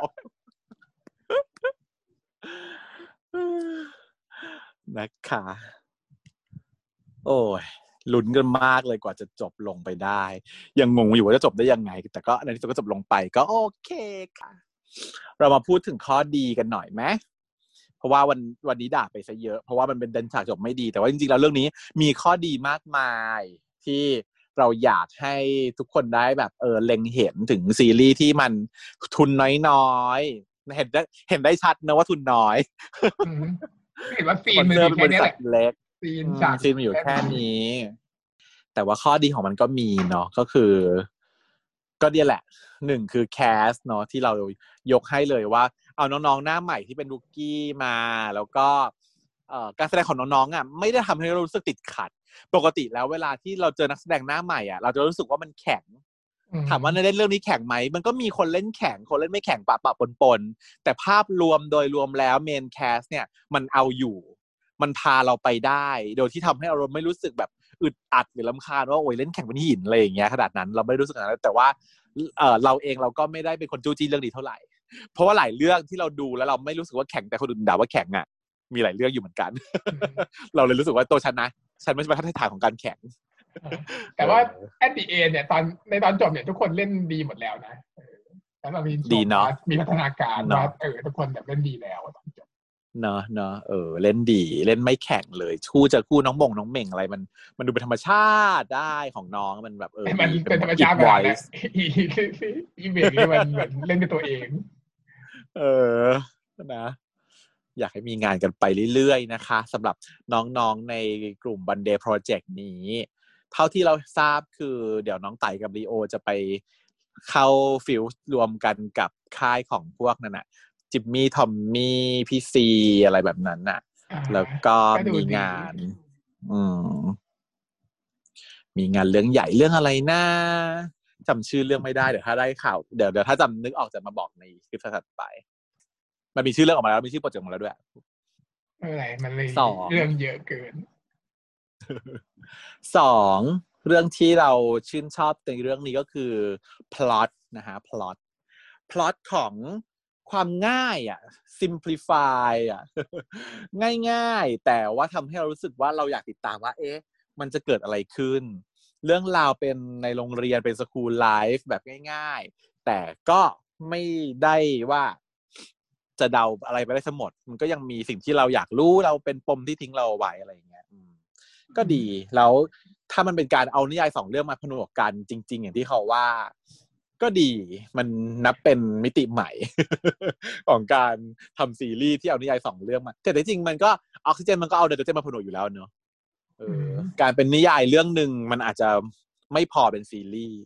นะคะโอ้ยลุ้นกันมากเลยกว่าจะจบลงไปได้ยังงงอยู่ว่าจะจบได้ยังไงแต่ก็ในที่สุดก็จบลงไปก็โอเคค่ะเรามาพูดถึงข้อดีกันหน่อยไหมเพราะว่าวันวันนี้ด่าไปซะเยอะเพราะว่ามันเป็นเดินฉากจบไม่ดีแต่ว่าจริงๆแล้วเรื่องนี้มีข้อดีมากมายที่เราอยากให้ทุกคนได้แบบเออเล็งเห็นถึงซีรีส์ที่มันทุนน้อยๆเห็นได้เห็นได้ชัดนะว่าทุนน้อยเห็นว่าซีนมันอยู่แค่นี้แหละเล็กซีนฉากซีนมันอยู่แค่นี้แต่ว่าข้อดีของมันก็มีเนาะก็คือก็เดียแหละหนึ่งคือแคสเนาะที่เรายกให้เลยว่าเอาน้องๆหน้าใหม่ที่เป็นรูกกี้มาแล้วก็เอ่อการแสดงของน้องๆอ่ะไม่ได้ทำให้เรารู้สึกติดขัดปกติแล้วเวลาที่เราเจอนักแสดงหน้าใหม่อ่ะเราจะรู้สึกว่ามันแข็งถามว่าในเรื่องนี้แข็งไหมมันก็มีคนเล่นแข็งคนเล่นไม่แข็งปะปะปนๆแต่ภาพรวมโดยรวมแล้วเมนแคสเนี่ยมันเอาอยู่มันพาเราไปได้โดยที่ทำให้เราไม่รู้สึกแบบอึดอัดหรือรำคาญว่าโอ้ยเล่นแข็งเป็นหินอะไรอย่างเงี้ยขนาดนั้นเราไม่รู้สึกอย่างนั้นแต่ว่าเออเราเองเราก็ไม่ได้เป็นคนจู้จี้เรื่องนี้เท่าไหร่เพราะว่าหลายเรื่องที่เราดูแล้วเราไม่รู้สึกว่าแข็งแต่คนอื่นด่าว่าแข็งอ่ะมีหลายเรื่องอยู่เหมือนกัน เราเลยรู้สึกว่าตัวฉันนะฉันไม่ใช่มาตรฐานของการแข็งแต่ว่า at the end เนี่ยตอนในตอนจบเนี่ยทุกคนเล่นดีหมดแล้วนะแล้วเรามีชดีมเนาะว่ามีพัฒนาการว่าเนาะเออทุกคนแบบเล่นดีแล้วตอนจบเนาะเนาะเออเล่นดีเล่นไม่แข็งเลยคู่จะคู่น้องมงน้องเหม่งอะไรมันมันดูเป็นธรรมชาติได้ของน้องมันแบบเออแต่มันดีเป็นเป็นธรรมอีกชาติมานานแล้ว voice อีอีเบรกนี่มันเหมือนเล่นเป็นตัวเองเออนะอยากให้มีงานกันไปเรื่อยๆนะคะสำหรับน้องๆในกลุ่ม Monday Project นี้เท่าที่เราทราบคือเดี๋ยวน้องไต่กับลีโอจะไปเข้าฟิลรวมกันกับค่ายของพวกนั่นน่ะจิมมี่ทอมมี่พี่ซีอะไรแบบนั้นน่ะแล้วก็มีงานอืมมีงานเรื่องใหญ่เรื่องอะไรนะจำชื่อเรื่องไม่ได้เดี๋ยวถ้าได้ข่าวเดี๋ยวเดี๋ยวถ้าจำนึกออกจะมาบอกในคลิปถัดไปมันมีชื่อเรื่องออกมาแล้วมีชื่อโปรเจกต์ออกมาแล้วด้วยไม่เป็นไรมันเลยสองเรื่องเยอะเกินสองเรื่องที่เราชื่นชอบในเรื่องนี้ก็คือ plot นะฮะ plot plot ของความง่ายอ่ะ simplify อ่ะ ง่ายๆแต่ว่าทำให้เรารู้สึกว่าเราอยากติดตามว่าเอ๊ะมันจะเกิดอะไรขึ้นเรื่องราวเป็นในโรงเรียนเป็นสคูลไลฟ์แบบง่ายๆแต่ก็ไม่ได้ว่าจะเดาอะไรไปได้ทั้งหมดมันก็ยังมีสิ่งที่เราอยากรู้เราเป็นปมที่ทิ้งเราไว้อะไรอย่างเงี้ยก็ดีแล้วถ้ามันเป็นการเอานิยายสองเรื่องมาผนวกกันจริงๆอย่างที่เขาว่าก็ดีมันนับเป็นมิติใหม่ ของการทำซีรีส์ที่เอานิยายสองเรื่องมาแต่จริงๆมันก็ออกซิเจนมันก็เอาไนโตรเจนมาผนวกอยู่แล้วเนอะเออการเป็นนิยายเรื่องนึงมันอาจจะไม่พอเป็นซีรีส์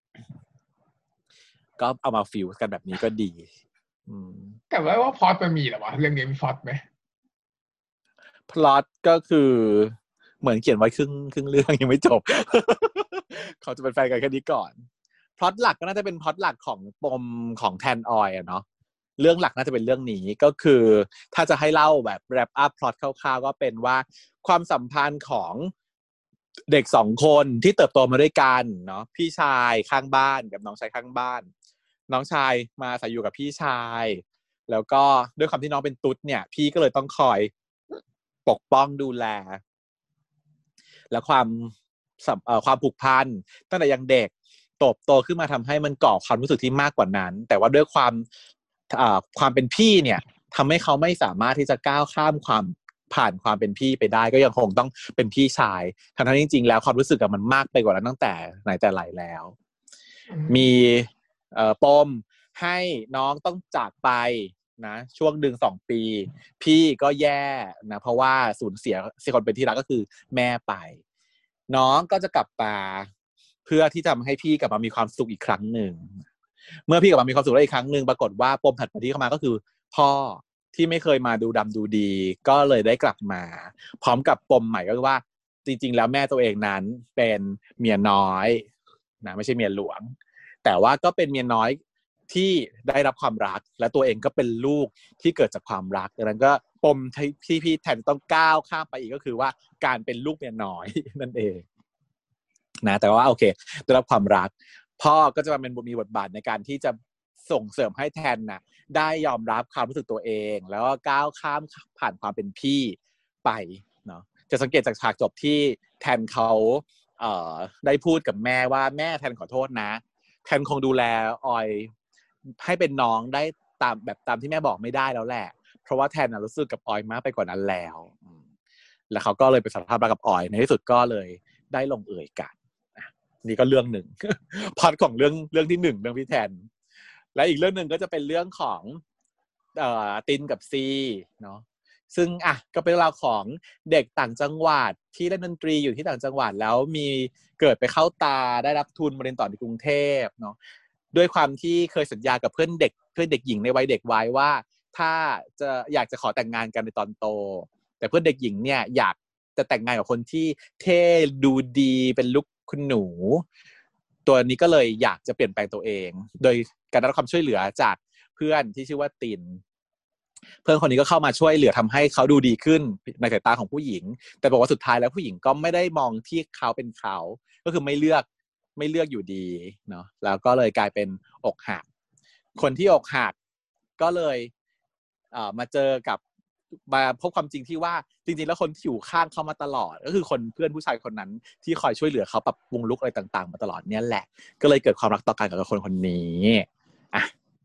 ก็เอามาฟิวกันแบบนี้ก็ดีแต่ว่าว่าพอดมันมีหรอวะเรื่องนี้มีพอดไหมพล็อตก็คือเหมือนเขียนไว้ครึ่งครึ่งเรื่องยังไม่จบ เขาจะเป็นแฟนกันแค่นี้ก่อนพล็อตหลักก็น่าจะเป็นพล็อตหลักของปมของแทนออยอะเนาะเรื่องหลักน่าจะเป็นเรื่องนี้ก็คือถ้าจะให้เล่าแบบแรปอัพพล็อตคร่าวๆก็เป็นว่าความสัมพันธ์ของเด็กสองคนที่เติบโตมาด้วยกันเนาะพี่ชายข้างบ้านกับน้องชายข้างบ้านน้องชายมาอาศัยอยู่กับพี่ชายแล้วก็ด้วยความที่น้องเป็นตุ๊ดเนี่ยพี่ก็เลยต้องคอยปกป้องดูแลและความความผูกพันตั้งแต่ยังเด็กโตโตขึ้นมาทำให้มันก่อความรู้สึกที่มากกว่านั้นแต่ว่าด้วยความความเป็นพี่เนี่ยทำให้เขาไม่สามารถที่จะก้าวข้ามความผ่านความเป็นพี่ไปได้ก็ยังคงต้องเป็นพี่ชายทั้งๆจริงๆแล้วความรู้สึกกับมันมากไปกว่านั้นตั้งแต่ไหนแต่ไรแล้วมีปมให้น้องต้องจากไปนะช่วงหนึ่งสองปีพี่ก็แย่นะเพราะว่าสูญเสียสิ่งคนเป็นที่รักก็คือแม่ไปน้องก็จะกลับมาเพื่อที่จะทำให้พี่กลับมามีความสุขอีกครั้งหนึ่งเมื่อพี่กลับมามีความสุขได้อีกครั้งหนึ่งปรากฏว่าปมถัดมาที่เข้ามาก็คือพ่อที่ไม่เคยมาดูดำดูดีก็เลยได้กลับมาพร้อมกับปมใหม่ก็คือว่าจริงๆแล้วแม่ตัวเองนั้นเป็นเมียน้อยนะไม่ใช่เมียหลวงแต่ว่าก็เป็นเมียน้อยที่ได้รับความรักและตัวเองก็เป็นลูกที่เกิดจากความรักดังนั้นก็ปมที่พี่แทนต้องก้าวข้ามไปอีกก็คือว่าการเป็นลูกเมียน้อยนั่นเองนะแต่ว่าโอเคได้รับความรักพ่อก็จะมาเป็นมีบทบาทในการที่จะส่งเสริมให้แทนน่ะได้ยอมรับความรู้สึกตัวเองแล้วก็ก้าวข้ามผ่านความเป็นพี่ไปเนาะจะสังเกตจากฉากจบที่แทนเขาเอ่อได้พูดกับแม่ว่าแม่แทนขอโทษนะแทนคงดูแลออยให้เป็นน้องได้ตามแบบตามที่แม่บอกไม่ได้แล้วแหละเพราะว่าแทนน่ะรู้สึกกับออยมากไปกว่านั้นแล้วแล้วเขาก็เลยไปสารภาพรักกับออยในที่สุดก็เลยได้ลงเอยกันนี่ก็เรื่องหนึ่งพล็อตของเรื่องเรื่องที่หนึ่งเรื่องพี่แทนและอีกเรื่องหนึ่งก็จะเป็นเรื่องของเอ่อตินกับซีเนาะซึ่งอ่ะก็เป็นเรื่องราวของเด็กต่างจังหวัดที่เล่นดนตรีอยู่ที่ต่างจังหวัดแล้วมีเกิดไปเข้าตาได้รับทุนมาเรียนต่อในกรุงเทพเนาะด้วยความที่เคยสัญญากับเพื่อนเด็กเพื่อนเด็กหญิงในวัยเด็กไว้ว่าถ้าจะอยากจะขอแต่งงานกันในตอนโตแต่เพื่อนเด็กหญิงเนี่ยอยากจะแต่งงานกับคนที่เท่ดูดีเป็นลุคคุณหนูตัวนี้ก็เลยอยากจะเปลี่ยนแปลงตัวเองโดยการได้รับความช่วยเหลือจากเพื่อนที่ชื่อว่าตินเพื่อนคนนี้ก็เข้ามาช่วยเหลือทำให้เขาดูดีขึ้นในสายตาของผู้หญิงแต่บอกว่าสุดท้ายแล้วผู้หญิงก็ไม่ได้มองที่เขาเป็นเขาก็คือไม่เลือกไม่เลือกอยู่ดีเนาะแล้วก็เลยกลายเป็นอกหักคนที่อกหักก็เลยเอ่อมาเจอกับมาพบความจริงที่ว่าจริงๆแล้วคนที่อยู่ข้างเขามาตลอดก็คือคนเพื่อนผู้ชายคนนั้นที่คอยช่วยเหลือเขาปรับปรุงลุคอะไรต่างๆมาตลอดเนี่ยแหละก็เลยเกิดความรักต่อกันกับคนคนนี้อ่ะ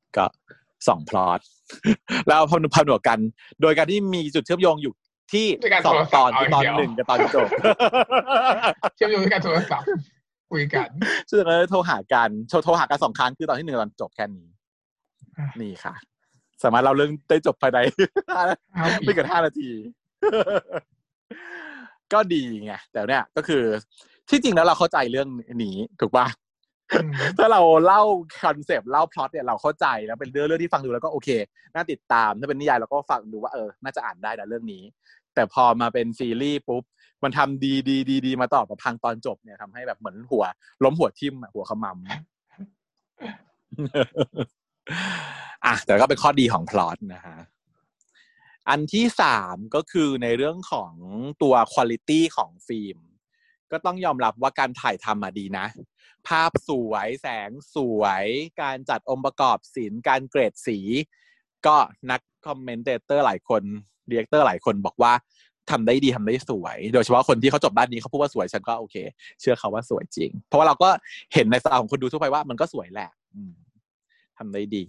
ก็สองพล็อตแล้วพผนวกกันโดยการที่มีจุดเชื่อมโยงอยู่ที่สองตอนคือตอนหนึ่งกับตอนจบเชื่อมโยงด้วยการโทรศัพท์คุยกันซึ่งเราโทรหากันโทรหากันสองครั้งคือตอนที่หนึ่งตอนจบแค่นี้นี่ค่ะสามารถเล่าเรื่องได้จบภายในไม่เกินห้านาทีก็ดีไงแต่เนี่ยก็คือที่จริงแล้วเราเข้าใจเรื่องนี้ถูกป่ะถ้าเราเล่าคอนเซปต์เล่าพล็อตเนี่ยเราเข้าใจแล้วเป็นเรื่องเรื่องที่ฟังดูแล้วก็โอเคน่าติดตามถ้าเป็นนิยายเราก็ฟังดูว่าเออน่าจะอ่านได้นะเรื่องนี้แต่พอมาเป็นซีรีส์ปุ๊บมันทำดีดีดีดีมาต่อมาพังตอนจบเนี่ยทำให้แบบเหมือนหัวล้มหัวทิ่มหัวขมำอ่ะแต่ก็เป็นข้อดีของพล็อตนะฮะอันที่สามก็คือในเรื่องของตัวควอลิตี้ของฟิล์มก็ต้องยอมรับว่าการถ่ายทำมาดีนะภาพสวยแสงสวยการจัดองค์ประกอบศิลป์การเกรดสีก็นักคอมเมนเตเตอร์หลายคนดีเรคเตอร์หลายคนบอกว่าทำได้ดีทำได้สวยโดยเฉพาะคนที่เขาจบด้านนี้เขาพูดว่าสวยฉันก็โอเคเชื่อเขาว่าสวยจริงเพราะว่าเราก็เห็นในสไตล์ของคนดูทั่วไปว่ามันก็สวยแหละทำได้ดี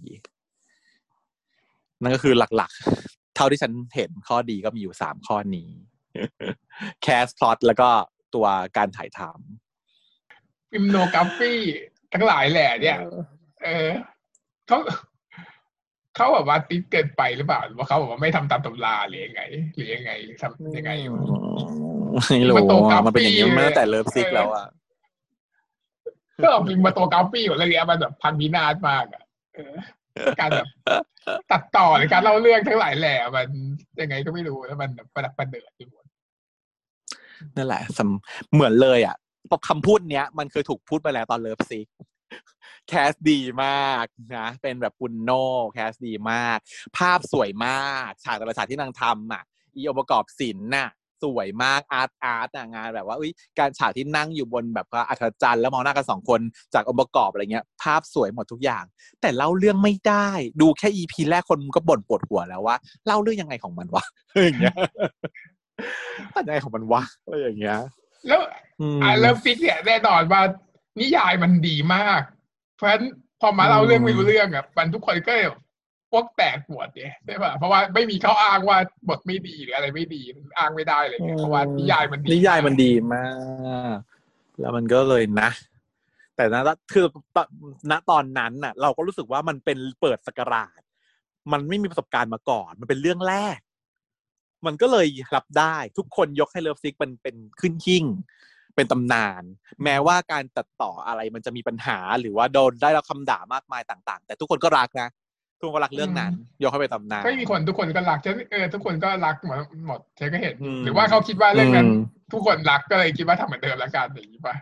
นั่นก็คือหลักๆเท่าที่ฉันเห็นข้อดีก็มีอยู่สามข้อนี้แคสพล็อตแล้วก็ตัวการถ่ายทำฟิล์มโนกราฟีทั้งหลายแหละเนี่ยเออเขาเขาแบบว่าติดเกินไปหรือเปล่าหรือว่าเขาบอกว่าไม่ทำตามตำราหรือยังไงหรือยังไงทำยังไงไม่รู้มันเป็นอย่างนี้มาตั้งแต่เริ่มซิกแล้วอ่ะก็เอาฟิล์มมาตัวกราฟีอยู่อะไรเงี้ยมันแบบพังพินาศมากอ่ะการแบบตัดต่อหรือการเล่าเรื่องทั้งหลายแหล่มันยังไงก็ไม่รู้แล้วมันประดับประเดิดไปหมดนั่นแหละเหมือนเลยอ่ะคำพูดเนี้ยมันเคยถูกพูดไปแล้วตอนเลิฟซิกแคสดีมากนะเป็นแบบปุนโนแคสดีมากภาพสวยมากฉากแต่ละฉากที่นางทำอ่ะอีองค์ประกอบศิลป์น่ะสวยมากอาร์ตอาร์ตงานแบบว่าอุ้ยการฉากที่นั่งอยู่บนแบบอัศจรรย์แล้วมองหน้ากันสองคนจากองค์ประกอบอะไรเงี้ยภาพสวยหมดทุกอย่างแต่เล่าเรื่องไม่ได้ดูแค่ อี พี แรกคนก็บ่นปวดหัวแล้วว่าเล่าเรื่องยังไงของมันวะอย่างเงี้ยยังไงของมันวะอะไรอย่างเงี้ยแล้วอ่าเลิฟซิกเนี่ยแน่นอนว่านิยายมันดีมากเพราะฉะนั้นพอมาเล่าเรื่องไม่รู้เรื่องอ่ะมันทุกคนก็พวกแตกปวดเนี่ยใช่ป่ะเพราะว่าไม่มีเขาอ้างว่าบทไม่ดีหรืออะไรไม่ดีอ้างไม่ได้เลยเพราะว่านิยายมันดีนิยายมันดีมากแล้วมันก็เลยนะแต่นะคือณตอนนั้นน่ะเราก็รู้สึกว่ามันเป็นเปิดศักราชมันไม่มีประสบการณ์มาก่อนมันเป็นเรื่องแรกมันก็เลยรับได้ทุกคนยกให้เลิฟซิกมันเป็นขึ้นหิ้งเป็นตำนานแม้ว่าการตัดต่ออะไรมันจะมีปัญหาหรือว่าโดนได้รับคำด่ามากมายต่างๆแต่ทุกคนก็รักนะทุกคนก็รักเรื่องนั้นยกให้เป็นตำนานก็มีคนทุกคนก็รักฉันเออทุกคนก็รักหมดหมดฉันก็เห็นหรือว่าเขาคิดว่าเรื่องนั้นทุกคนรักก็เลยคิดว่าทำเหมือนเดิมแล้วกันอย่างนี้ป่ะ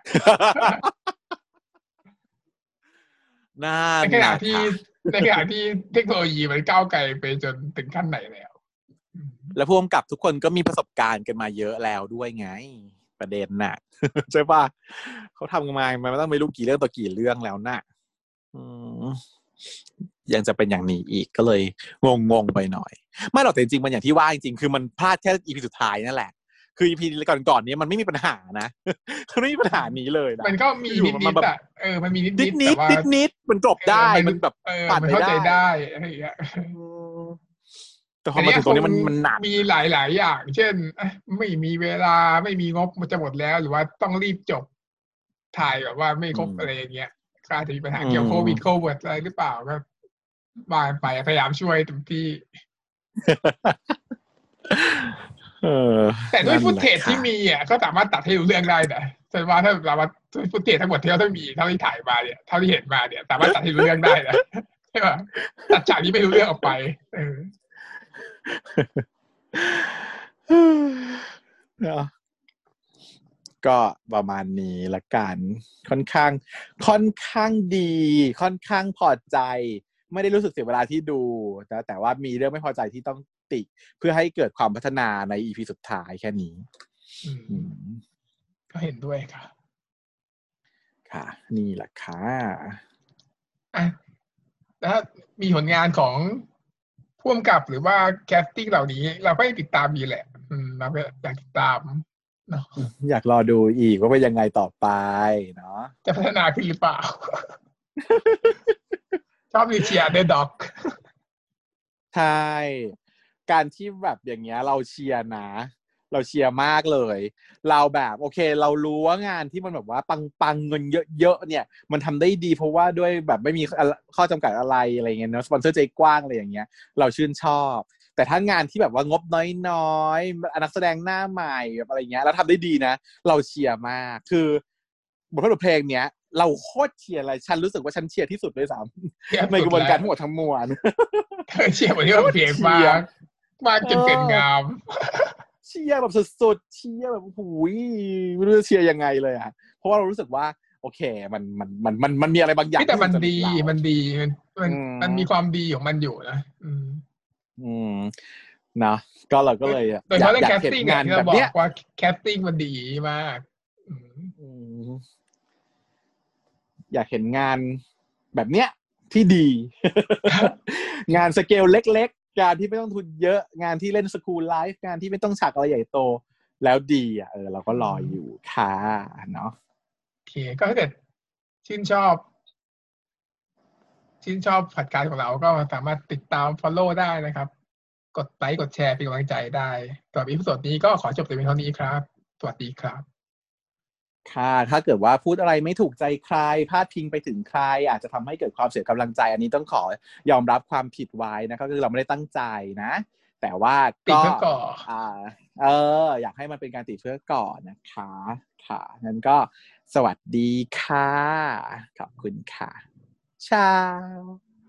ในขณะที่ในขณะที่เทคโนโลยีมันก้าวไกลไปจนถึงขั้นไหนแล้วแล้วผู้กำกับทุกคนก็มีประสบการณ์กันมาเยอะแล้วด้วยไงประเด็นน่ะใช่ป่ะเขาทำกันมามันต้องไม่รู้กี่เรื่องต่อกี่เรื่องแล้วน่ะยังจะเป็นอย่างนี้อีกก็เลยงงๆไปหน่อยไม่หรอกแต่จริงๆมันอย่างที่ว่าจริงๆคือมันพลาดแค่ อี พี สุดท้ายนั่นแหละคือ อี พี ก่อนๆนี้มันไม่มีปัญหานะมันไม่มีปัญหานี้เลยนะมันก็มีนิดๆอ่ะเออมันมีนิดๆแต่ว่านิดๆมันจบได้มันแบบผ่านไปได้อะไรอย่างเงี้ยแต่พอมาถึงตรงนี้มันมันหนักมีหลายๆอย่างเช่นไม่มีเวลาไม่มีงบมันจะหมดแล้วหรือว่าต้องรีบจบถ่ายแบบว่าไม่ครบอะไรอย่างเงี้ยอาจจะมีปัญหาเกี่ยวโควิดโควิดอะไรหรือเปล่าก็มาไปพยายามช่วยเต็มที่แต่ด้วยฟุตเทจที่มีอ่ะก็สามารถตัดให้รู้เรื่องได้นะฉันว่าถ้าเราฟุตเทจทั้งหมดที่เราต้องมีเท่าที่ถ่ายมาเนี่ยเท่าที่เห็นมาเนี่ยสามารถตัดให้รู้เรื่องได้นะใช่ป่ะตัดฉากนี้ไม่รู้เรื่องออกไปเออก็ประมาณนี้ละกันค่อนข้างค่อนข้างดีค่อนข้างพอใจไม่ได้รู้สึกเสียเวลาที่ดูนะแต่ว่ามีเรื่องไม่พอใจที่ต้องติเพื่อให้เกิดความพัฒนาใน อี พี สุดท้ายแค่นี้ก็เห็นด้วยค่ะค่ะนี่แหละค่ะอ่ะแล้วมีผลงานของผู้กำกับหรือว่าแคสติ้งเหล่านี้เราก็ยังติดตามอยู่แหละอืมเราก็อยากติดตามเนาะอยากรอดูอีกว่าเป็นยังไงต่อไปเนาะจะพัฒนาขึ้นหรือเปล่าชอบลิเชียเดอะด็อกใช่การที่แบบอย่างเงี้ยเราเชียร์นะเราเชียร์มากเลยเราแบบโอเคเรารู้ว่างานที่มันแบบว่าปังปังเงินเยอะๆเนี่ยมันทำได้ดีเพราะว่าด้วยแบบไม่มีข้อจำกัดอะไรอะไรเงี้ยเนาะสปอนเซอร์ใจกว้างอะไรอย่างเงี้ยเราชื่นชอบแต่ถ้างานที่แบบว่างบน้อยๆนักแสดงหน้าใหม่แบบอะไรเงี้ยแล้วทำได้ดีนะเราเชียร์มากคือบทเพลงเนี้ยเราโคตรเชียร์เลยฉันรู้สึกว่าฉันเชียร์ที่สุดด้วยซ้ำในกระบวนการทั้งหมดทั้งมวลเธอเชียร์บนที่มันเพลงมากมากจนเกินงามเชียร์แบบสุดๆเชียร์แบบหูยไม่รู้จะเชียร์ยังไงเลยอ่ะเพราะว่าเรารู้สึกว่าโอเคมันมันมันมันมันมีอะไรบางอย่างแต่มันดีเรามันดีมันมันมันมีความดีของมันอยู่นะอืมอืมนะก็เราก็เลยโดยเฉอยากพาะเรื่ออยากเห็นงแคสติ้งงานอ่ะที่เราบอแบบเนี้ยกว่าแคสติ้งมันดีมากอยากเห็นงานแบบเนี้ยที่ดี งานสเกลเล็กๆงานที่ไม่ต้องทุนเยอะงานที่เล่นสคูลไลฟ์งานที่ไม่ต้องฉากอะไรใหญ่โตแล้วดีอ่ะเออเราก็รออยู่ค่ะเนาะโอเคก็ถ้าเกิดชื่นชอบชื่นชอบพอดคาสต์ของเราก็สามารถติดตาม follow ได้นะครับ กดไลค์กดแชร์เป็นกำลังใจได้สำหรับอีพิโซดนี้ก็ขอจบแต่เพียงเท่านี้ครับสวัสดีครับค่ะถ้าเกิดว่าพูดอะไรไม่ถูกใจใครพาดพิงไปถึงใครอาจจะทำให้เกิดความเสียกำลังใจอันนี้ต้องขอยอมรับความผิดไว้นะครับคือเราไม่ได้ตั้งใจนะแต่ว่าติดก็เพื่อก่ออ่าเอออยากให้มันเป็นการติเพื่อก่อนนะคะค่ะงั้นก็สวัสดีค่ะขอบคุณค่ะชาว